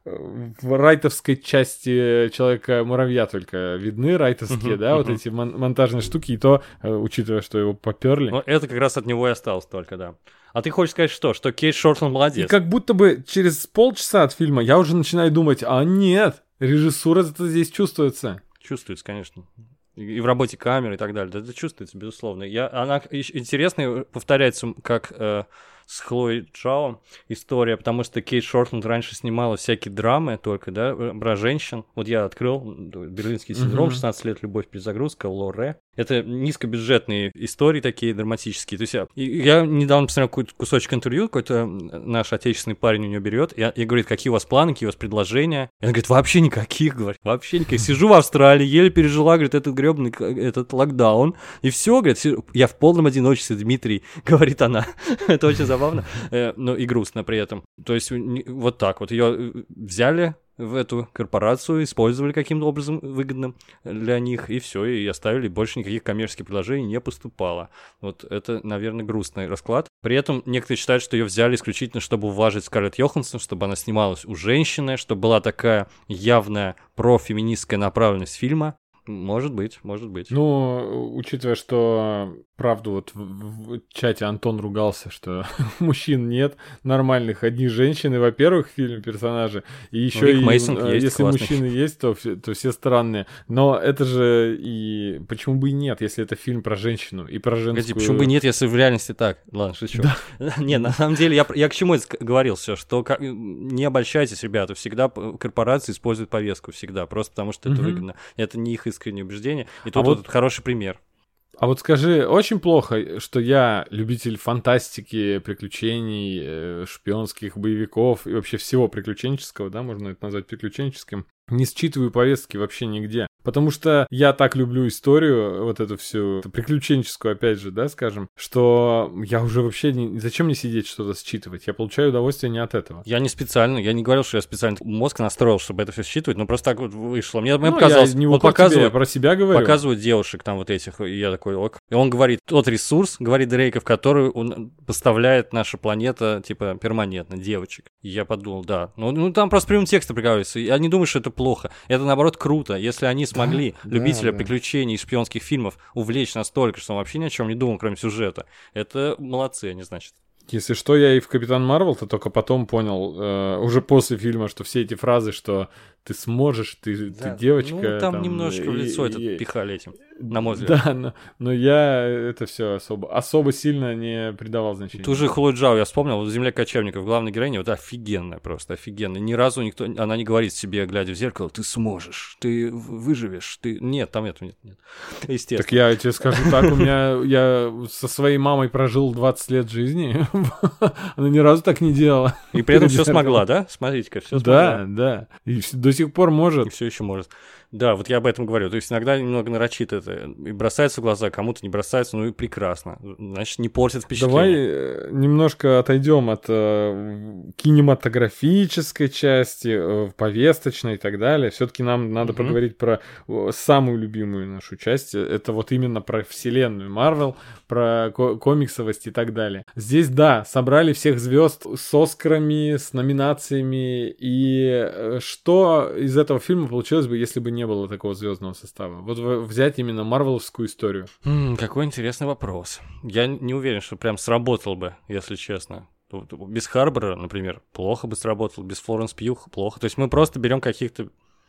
в райтовской части Человека-муравья только видны, райтовские, Мгм, да, вот мгм. эти мон- монтажные штуки, и то, э, учитывая, что его поперли. Ну, это как раз от него и осталось только, да. А ты хочешь сказать что? Что Кейт Шортланд И молодец? как будто бы через полчаса от фильма я уже начинаю думать, а нет, режиссура это здесь чувствуется. Чувствуется, конечно. И и в работе камеры и так далее. Да, это чувствуется, безусловно. Я, она ищ- интересная, повторяется, как э, с Хлоей Джао история, потому что Кейт Шортланд раньше снимала всякие драмы только, да, э, про женщин. Вот я открыл «Берлинский синдром», Мгм. шестнадцать лет, любовь, перезагрузка, Лоре. Это низкобюджетные истории такие драматические. То есть я, и я недавно посмотрел какой-то кусочек интервью, какой-то наш отечественный парень у нее берет, и, и говорит, какие у вас планы, какие у вас предложения. И она говорит, вообще никаких, говорит, вообще никаких. Сижу в Австралии, еле пережила, говорит, этот гребаный этот локдаун, и все, говорит, сижу- я в полном одиночестве, Дмитрий, говорит она. Это очень забавно, э, но и грустно при этом. То есть не- вот так вот ее взяли в эту корпорацию, использовали каким-то образом выгодным для них, и все, и оставили, больше никаких коммерческих предложений не поступало. Вот это, наверное, грустный расклад. При этом некоторые считают, что ее взяли исключительно, чтобы уважить Скарлетт Йоханссон, чтобы она снималась у женщины, чтобы была такая явная профеминистская направленность фильма. Может быть, может быть. Ну, учитывая, что, правда, вот в, в чате Антон ругался, что мужчин нет нормальных, одни женщины, во-первых, в фильме персонажи, и еще Рик и Мейсон э, есть, если классный. мужчины есть, то, все- то все странные. Но это же и... Почему бы и нет, если это фильм про женщину и про женскую... Погоди, почему бы нет, если в реальности так? Ладно, шучу. Не, на самом деле, я, я к чему это ск- говорил все, что как- не обольщайтесь, ребята, всегда п- корпорации используют повестку, всегда, просто потому что это Мгм. выгодно. Это не их искреннее убеждение. И тут вот- вот хороший пример. А вот скажи, очень плохо, что я любитель фантастики, приключений, э, шпионских боевиков и вообще всего приключенческого, да, можно это назвать приключенческим, не считываю повестки вообще нигде. Потому что я так люблю историю, вот эту всю приключенческую, опять же, да, скажем, что я уже вообще... Не... Зачем мне сидеть что-то считывать? Я получаю удовольствие не от этого. Я не специально, я не говорил, что я специально мозг настроил, чтобы это все считывать, но просто так вот вышло. Мне, мне ну, показалось, я не вот показываю, показывают, я про себя говорю. Показывают девушек там вот этих, и я такой, ок. И он говорит, тот ресурс, говорит Дрейков, который он поставляет наша планета, типа, перманентно, девочек. И я подумал, да. Ну, ну там просто прямым текстом приговаривается. Я не думаю, что это плохо. Это, наоборот, круто. Если они смогли да, любителя да, приключений и шпионских фильмов увлечь настолько, что он вообще ни о чем не думал, кроме сюжета, это молодцы они, значит. Если что, я и в Капитан Марвел-то только потом понял, э, уже после фильма, что все эти фразы, что ты сможешь, ты, да. ты девочка. Ну, там, там немножко и, в лицо и, это и, пихали этим, на мой взгляд. Да, но, но я это все особо, особо сильно не придавал значения. Ту же Хлою Джао я вспомнил, вот «Земля кочевников», главная героиня, вот офигенная просто, офигенная. Ни разу никто, она не говорит себе, глядя в зеркало, ты сможешь, ты выживешь, ты... Нет, там этого нет, нет. Естественно. Так я тебе скажу так, у меня, я со своей мамой прожил двадцать лет жизни, она ни разу так не делала. И при этом все смогла, да? Смотрите-ка, все смогла. Да, да. И до сих пор может. И все еще может. Да, вот я об этом говорю. То есть иногда немного нарочит это. И бросается в глаза, кому-то не бросается, ну и прекрасно. Значит, не портит впечатление. Давай немножко отойдем от э, кинематографической части, э, повесточной и так далее. Все-таки нам надо угу. поговорить про самую любимую нашу часть. Это вот именно про вселенную Марвел, про ко- комиксовость и так далее. Здесь, да, собрали всех звезд с Оскарами, с номинациями. И что из этого фильма получилось бы, если бы не было такого звездного состава? Вот взять именно марвеловскую историю. М-м, какой интересный вопрос. Я не уверен, что прям сработал бы, если честно. Без Харбора, например, плохо бы сработал, без Флоренс Пью плохо. То есть мы просто берем каких-то...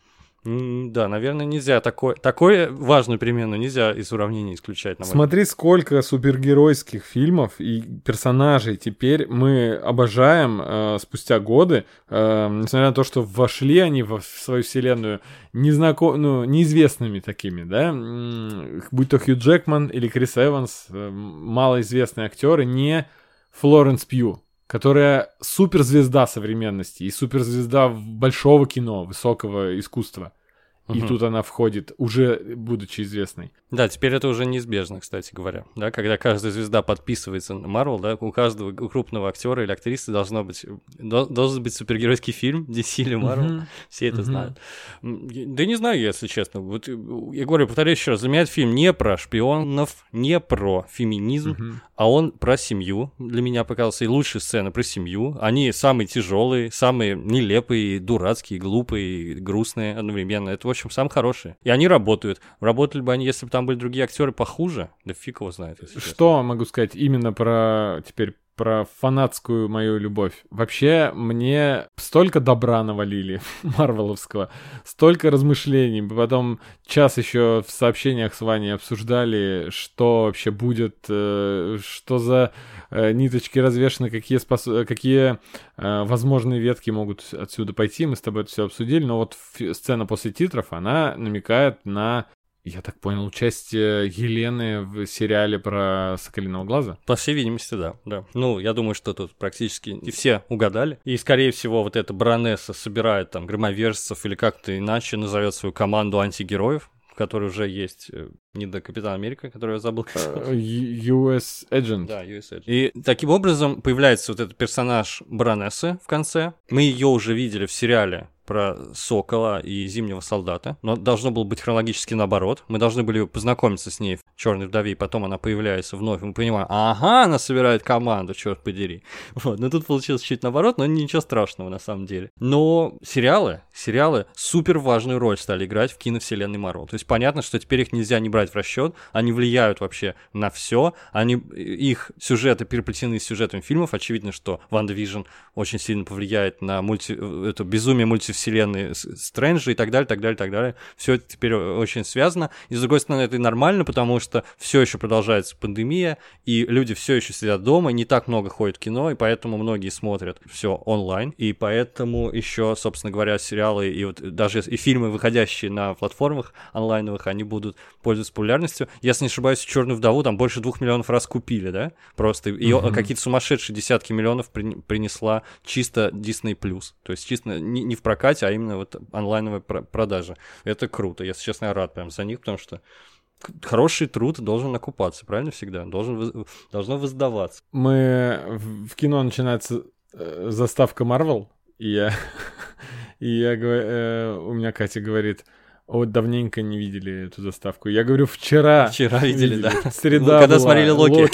Да, наверное, нельзя такой, такой важную переменную нельзя из уравнения исключать. Смотри, сколько супергеройских фильмов и персонажей теперь мы обожаем э, спустя годы, э, несмотря на то, что вошли они в свою вселенную незнаком... ну, неизвестными такими, да, будь то Хью Джекман или Крис Эванс, э, малоизвестные актеры, не Флоренс Пью, которая суперзвезда современности и суперзвезда большого кино, высокого искусства. И угу. тут она входит, уже будучи известной. Да, теперь это уже неизбежно, кстати говоря. Да, когда каждая звезда подписывается на Marvel, да, у каждого у крупного актера или актрисы должно быть, должен быть супергеройский фильм ди си или Marvel. Угу. Все это угу. знают. Да не знаю, если честно. Вот, я говорю, повторюсь еще раз, для меня этот фильм не про шпионов, не про феминизм, угу. а он про семью. Для меня показался и лучшие сцены про семью. Они самые тяжелые, самые нелепые, дурацкие, глупые, грустные одновременно. Это, в общем, самые хорошие. И они работают. Работали бы они, если бы там были другие актеры похуже, да фиг его знает. Если Что честно. могу сказать именно про теперь про фанатскую мою любовь? Вообще, мне столько добра навалили марвеловского, столько размышлений. Потом час еще в сообщениях с Ваней обсуждали, что вообще будет, что за ниточки развешаны, какие, спос... какие возможные ветки могут отсюда пойти. Мы с тобой это все обсудили, но вот сцена после титров, она намекает на... Я так понял, участие Елены в сериале про Соколиного глаза? По всей видимости, да, да. Ну, я думаю, что тут практически и все угадали. И, скорее всего, вот эта баронесса собирает там громовержцев или как-то иначе назовет свою команду антигероев, в которой уже есть не до Капитана Америка, который я забыл. ю эс Agent. Да, ю эс Agent. И таким образом появляется вот этот персонаж баронессы в конце. Мы ее уже видели в сериале про Сокола и Зимнего солдата, но должно было быть хронологически наоборот. Мы должны были познакомиться с ней в «Черной вдове», и потом она появляется вновь, и мы понимаем, ага, она собирает команду, черт подери. Вот, но тут получилось чуть наоборот, но ничего страшного на самом деле. Но сериалы, сериалы супер важную роль стали играть в киновселенной Марвел. То есть понятно, что теперь их нельзя не брать в расчет, они влияют вообще на все, они, их сюжеты переплетены с сюжетами фильмов, очевидно, что «Ванда Вижн» очень сильно повлияет на мульти... это безумие мультивселенной Стрэнджа и так далее, так далее, так далее. Все это теперь очень связано. И, с другой стороны, это и нормально, потому что все еще продолжается пандемия, и люди все еще сидят дома, не так много ходят в кино, и поэтому многие смотрят все онлайн. И поэтому еще, собственно говоря, сериалы и вот даже и фильмы, выходящие на платформах онлайновых, они будут пользоваться популярностью. Если не ошибаюсь, «Черную вдову» там больше двух миллионов раз купили, да? Просто ее mm-hmm. какие-то сумасшедшие десятки миллионов при... принесла чисто Disney+. То есть чисто не, не в прокате прокате, а именно вот онлайновой пр- продаже. Это круто, если честно, я рад прям за них, потому что хороший труд должен окупаться, правильно всегда? Должен, воз- должно воздаваться. Мы в, в кино начинается э, заставка Marvel, и я, и я говорю, э, у меня Катя говорит: вот давненько не видели эту заставку. Я говорю, вчера. Вчера видели, да. Среда Когда была, смотрели Локи.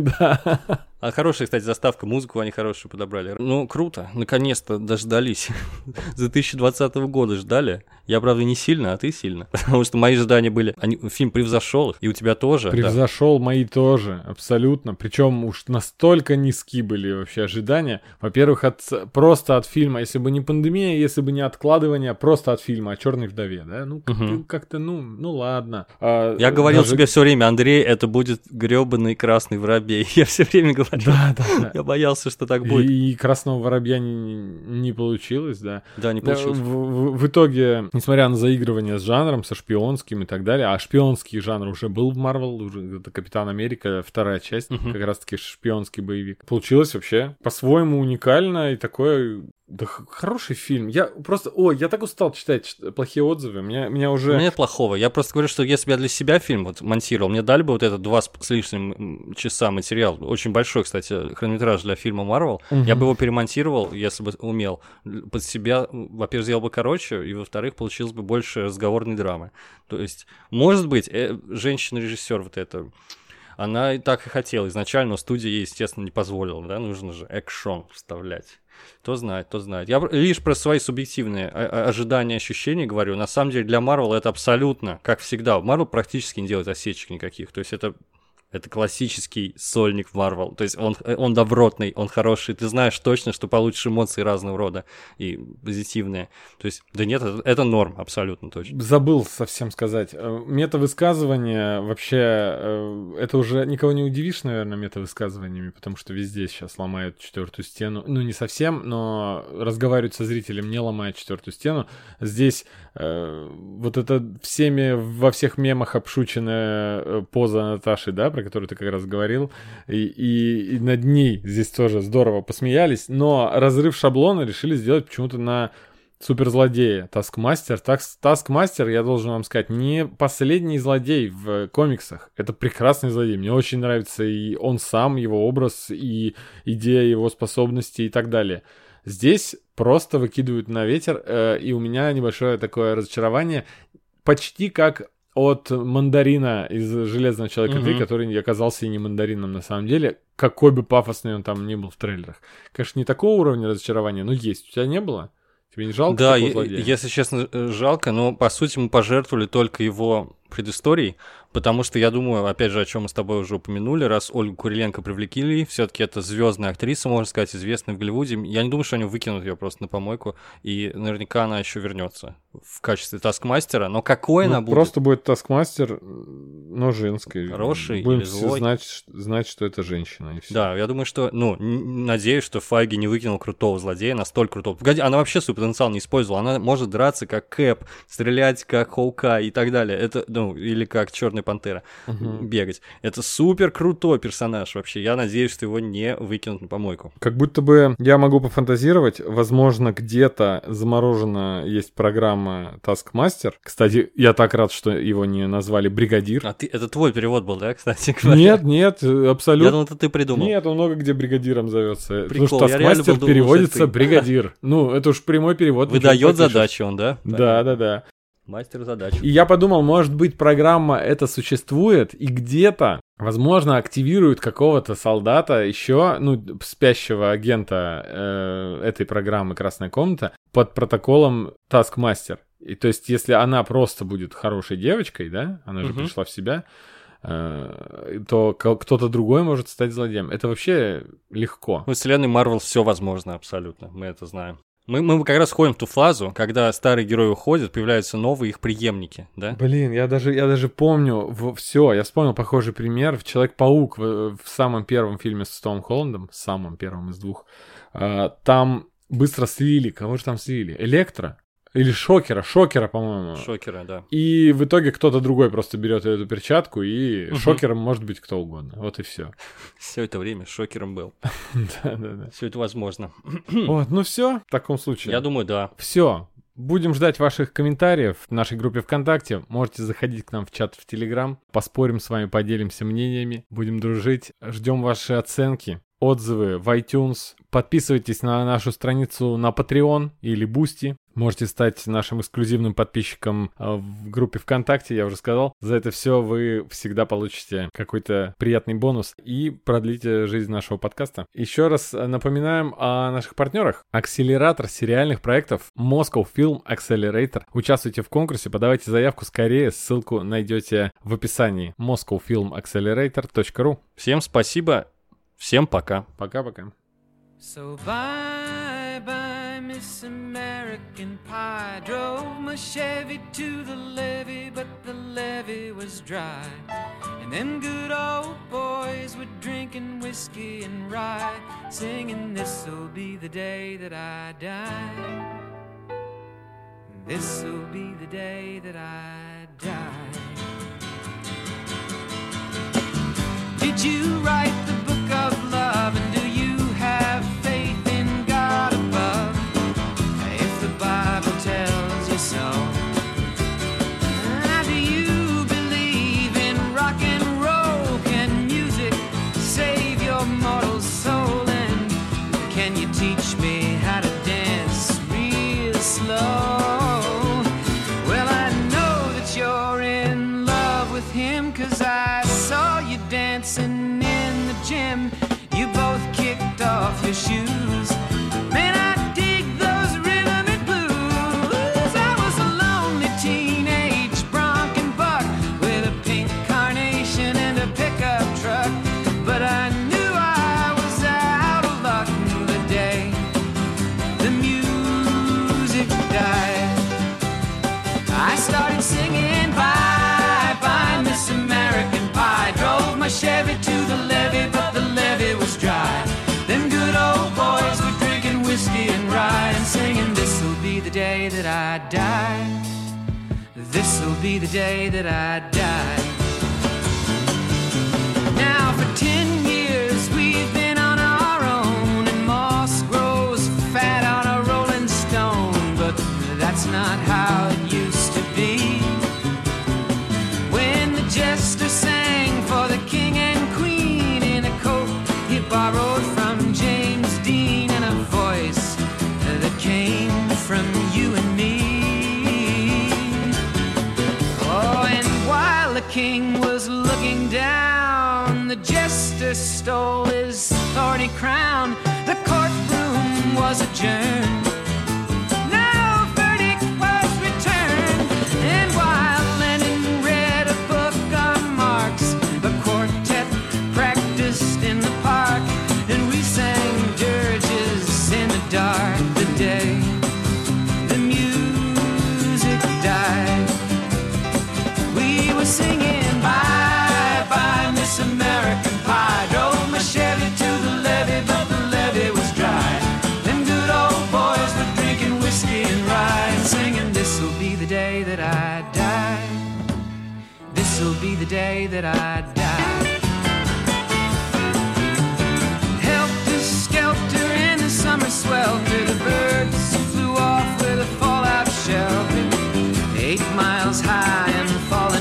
Да. А хорошая, кстати, заставка, музыку они хорошую подобрали. Ну, круто, наконец-то дождались. С две тысячи двадцатого года ждали. Я, правда, не сильно, а ты сильно. Потому что мои ожидания были... Они... Фильм превзошел их, и у тебя тоже. Превзошел да. мои тоже, абсолютно. Причем уж настолько низки были вообще ожидания. Во-первых, от... просто от фильма, если бы не пандемия, если бы не откладывание, просто от фильма о «Черной вдове», да? Ну, как- Угу. как-то, ну, ну ладно. А, Я говорил даже- тебе все время, Андрей, это будет грёбаный красный воробей. Я все время говорил. Да, да, да. Я боялся, что так будет. И, и «Красного воробья» не, не получилось, да. Да, не Да, получилось. В, в- в итоге, несмотря на заигрывание с жанром, со шпионским и так далее, а шпионский жанр уже был в Марвел, уже это «Капитан Америка», вторая часть, Мгм. как раз-таки шпионский боевик. Получилось вообще по-своему уникально и такое... Да х- хороший фильм. Я просто... Ой, я так устал читать ч- плохие отзывы. Меня, меня уже... У меня нет плохого. Я просто говорю, что если бы я для себя фильм вот монтировал, мне дали бы вот этот два с с лишним м, часа материал. Очень большой, кстати, хронометраж для фильма Marvel. Мгм. Я бы его перемонтировал, если бы умел. Л- Под себя, м, во-первых, сделал бы короче, и, во-вторых, получилось бы больше разговорной драмы. То есть, может быть, э, женщина-режиссер вот эта, она и так и хотела изначально, но студия ей, естественно, не позволила, да, нужно же экшон вставлять. Кто знает, кто знает. Я пр- лишь про свои субъективные о- о- ожидания, ощущения говорю. На самом деле для Marvel это абсолютно, как всегда. Marvel практически не делает осечек никаких. То есть это, это классический сольник Marvel. То есть он, он добротный, он хороший. Ты знаешь точно, что получишь эмоции разного рода и позитивные. То есть, да нет, это, это норм, абсолютно точно. Забыл совсем сказать. Э, Метавысказывание вообще, э, это уже никого не удивишь, наверное, метавысказываниями, потому что везде сейчас ломают четвертую стену. Ну, не совсем, но разговаривать со зрителем, не ломая четвертую стену. Здесь э, вот это всеми во всех мемах обшученная э, поза Наташи, да, про которую ты как раз говорил, и, и- и над ней здесь тоже здорово посмеялись, но разрыв шаблона решили сделать почему-то на суперзлодея Таскмастер. Такс- Таскмастер, я должен вам сказать, не последний злодей в комиксах. Это прекрасный злодей. Мне очень нравится и он сам, его образ, и идея его способностей и так далее. Здесь просто выкидывают на ветер, э, и у меня небольшое такое разочарование, почти как от мандарина из «Железного человека три», Мгм. который оказался и не мандарином на самом деле, какой бы пафосный он там ни был в трейлерах. Конечно, не такого уровня разочарования, но есть. У тебя не было? Тебе не жалко Да, такого е- злодея? если честно, э, жалко, но по сути мы пожертвовали только его предысторией, потому что я думаю, опять же, о чем мы с тобой уже упомянули, раз Ольгу Куриленко привлекли, все-таки это звездная актриса, можно сказать, известная в Голливуде. Я не думаю, что они выкинут ее просто на помойку, и наверняка она еще вернется в качестве таскмастера. Но какой Ну, она будет? просто будет Таскмастер, но женской. Хороший Будем или все злой? знать, ш- знать, что это женщина, и все. Да, я думаю, что, ну, н- надеюсь, что Файги не выкинул крутого злодея, настолько крутого. Погоди, она вообще свой потенциал не использовала. Она может драться как Кэп, стрелять как Хоукай и так далее. Это, ну, или как Черная Пантера, бегать. Это супер крутой персонаж вообще. Я надеюсь, что его не выкинут на помойку. Как будто бы я могу пофантазировать, возможно, где-то заморожена есть программа Taskmaster. Кстати, я так рад, что его не назвали бригадир. А ты, это твой перевод был, да, кстати говоря? Нет, нет, Я абсолютно. думал, это ты придумал. Нет, он много где бригадиром зовется. Прикол, Потому что я реально Taskmaster был думал, переводится что это ты. бригадир. Ну, это уж прямой перевод. ничего не Выдает попишешь. задачи он, да? Да, да, да. Мастер задачи. И я подумал, может быть, программа эта существует, и где-то, возможно, активируют какого-то солдата еще, ну, спящего агента э, этой программы «Красная комната» под протоколом Taskmaster. И то есть, если она просто будет хорошей девочкой, да, она же Мгм. пришла в себя, э, то ко- кто-то другой может стать злодеем. Это вообще легко. В вселенной Марвел все возможно абсолютно, мы это знаем. Мы, мы как раз входим в ту фазу, когда старые герои уходят, появляются новые их преемники, да? Блин, я даже, я даже помню, все, я вспомнил похожий пример. В «Человек-паук» в, в самом первом фильме с Томом Холландом, самом первом из двух, э, там быстро слили, кого же там слили? Электро? Или Шокера, Шокера, по-моему. Шокеры, да. И в итоге кто-то другой просто берет эту перчатку, и Мгм. Шокером может быть кто угодно. Вот и все. Все это время Шокером был. Да-да-да. Все это возможно. Вот, ну все, в таком случае. Я думаю, да. Все. Будем ждать ваших комментариев в нашей группе ВКонтакте. Можете заходить к нам в чат в Телеграм. Поспорим с вами, поделимся мнениями. Будем дружить. Ждем ваши оценки, отзывы в iTunes. Подписывайтесь на нашу страницу на Patreon или Boosty. Можете стать нашим эксклюзивным подписчиком в группе ВКонтакте, я уже сказал. За это все вы всегда получите какой-то приятный бонус и продлите жизнь нашего подкаста. Еще раз напоминаем о наших партнерах. Акселератор сериальных проектов Moscow Film Accelerator. Участвуйте в конкурсе, подавайте заявку скорее. Ссылку найдете в описании. москоу филм акселератор точка ру. Всем спасибо. Всем пока. Пока-пока. So bye bye, Miss American Pie. Drove my Chevy to the levee, but the levee was dry. And them good old boys were drinking whiskey and rye, singing, this'll be the day that I die. This'll be the day that I die. Did you write the book of love, and do you have faith in God above? If the Bible tells you so. Now, do you believe in rock and roll? Can music save your mortal soul? And can you teach me how to dance real slow? Well, I know that you're in love with him, 'cause I saw you dancing in the gym. You both kicked off your shoes. Man, I dig those rhythm and blues. I was a lonely teenage bronc and buck with a pink carnation and a pickup truck. But I knew I was out of luck the day the music died. I started singing bye bye, Miss American Pie. Drove my Chevy to the levee, but the levee was dry. Them good old boys were drinking whiskey and rye and singing, this'll be the day that I die. This'll be the day that I die. Now for ten years we've been on our own, and moss grows fat on a rolling stone. But that's not how it used to be. When the jester sang for the king and queen in a coat he borrowed from James Dean, and a voice that came from you and me. Oh, and while the king was looking down, the jester stole his thorny crown. The courtroom was adjourned. No verdict was returned. And while Lenin read a book on Marx, the quartet practiced in the park, and we sang dirges in the dark. The day the music died, we were singing bye bye, Miss American Pie. Drove my Chevy to the levee, but the levee was dry. Them good old boys were drinking whiskey and rye and singing, this'll be the day that I die. This'll be the day that I die. Helter skelter in the summer swelter, the birds flew off with a fallout shelter. Eight miles high and falling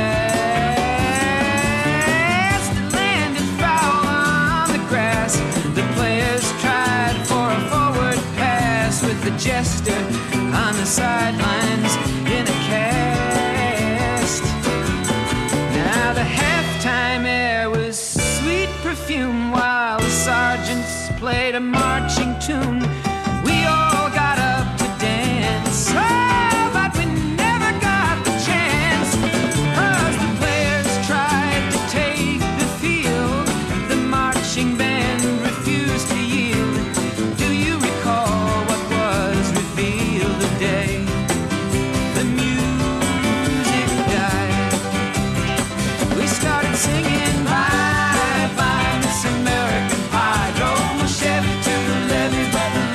fast, it landed foul on the grass. The players tried for a forward pass, with the jester on the sidelines in a cast. Now the halftime air was sweet perfume, while the sergeants played a marching tune. We all got up to dance, oh, but we never got the chance, 'cause the players tried to take the field. The marching band refused to yield. Do you recall what was revealed the day the music died? We started singing bye bye, Miss American Pie. Drove my Chevy to the levee, but the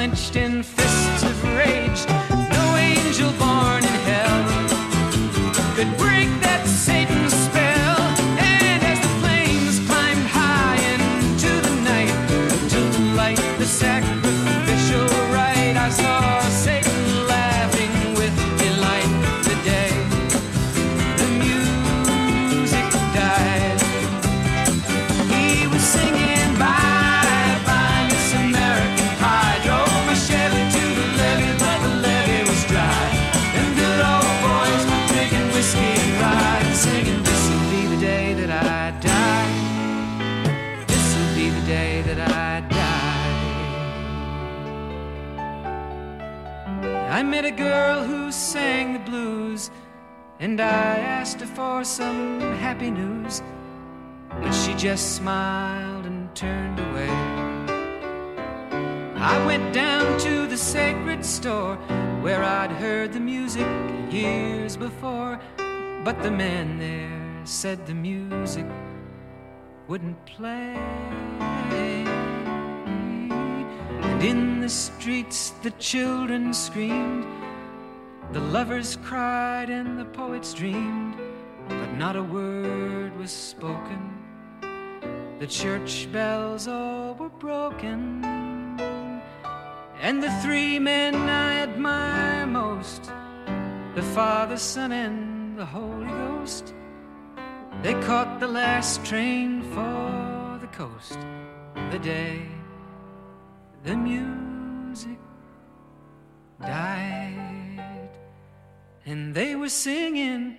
clenched in fists of rage. No angel born in hell could break that Satan's spell. And as the flames climbed high into the night to light the sacrificial rite, I saw Satan laughing with delight. The day the music died, he was singing bye bye Miss American Pie. Drove my Chevy to the levee, but the levee was dry. Them good old boys were drinking whiskey and rye, singing, this'll be the day that I die. This'll be the day that I die. I met a girl who sang the blues, and I asked her for some happy news, but she just smiled and turned away. I went down to the sacred store where I'd heard the music years before, but the man there said the music wouldn't play. And in the streets the children screamed, the lovers cried and the poets dreamed, but not a word was spoken. The church bells all were broken, and the three men I admire most, the Father, Son, and the Holy Ghost, they caught the last train for the coast the day the music died. And they were singing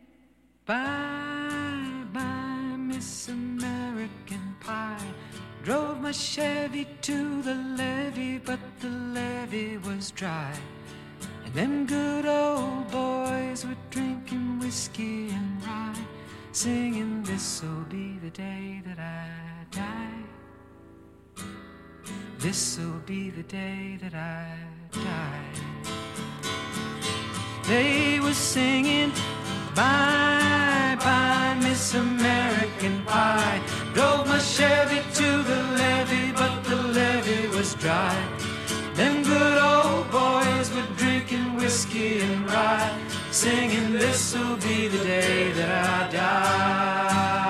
bye bye Miss American Pie. Drove my Chevy to the levee, but the levee was dry. And them good old boys were drinking whiskey and rye, singing, this'll be the day that I die. This'll be the day that I die. They were singing bye bye Miss American Pie. Drove my Chevy to the levee, but the levee was dry. Them good old boys were drinking whiskey and rye, singing, this'll be the day that I die.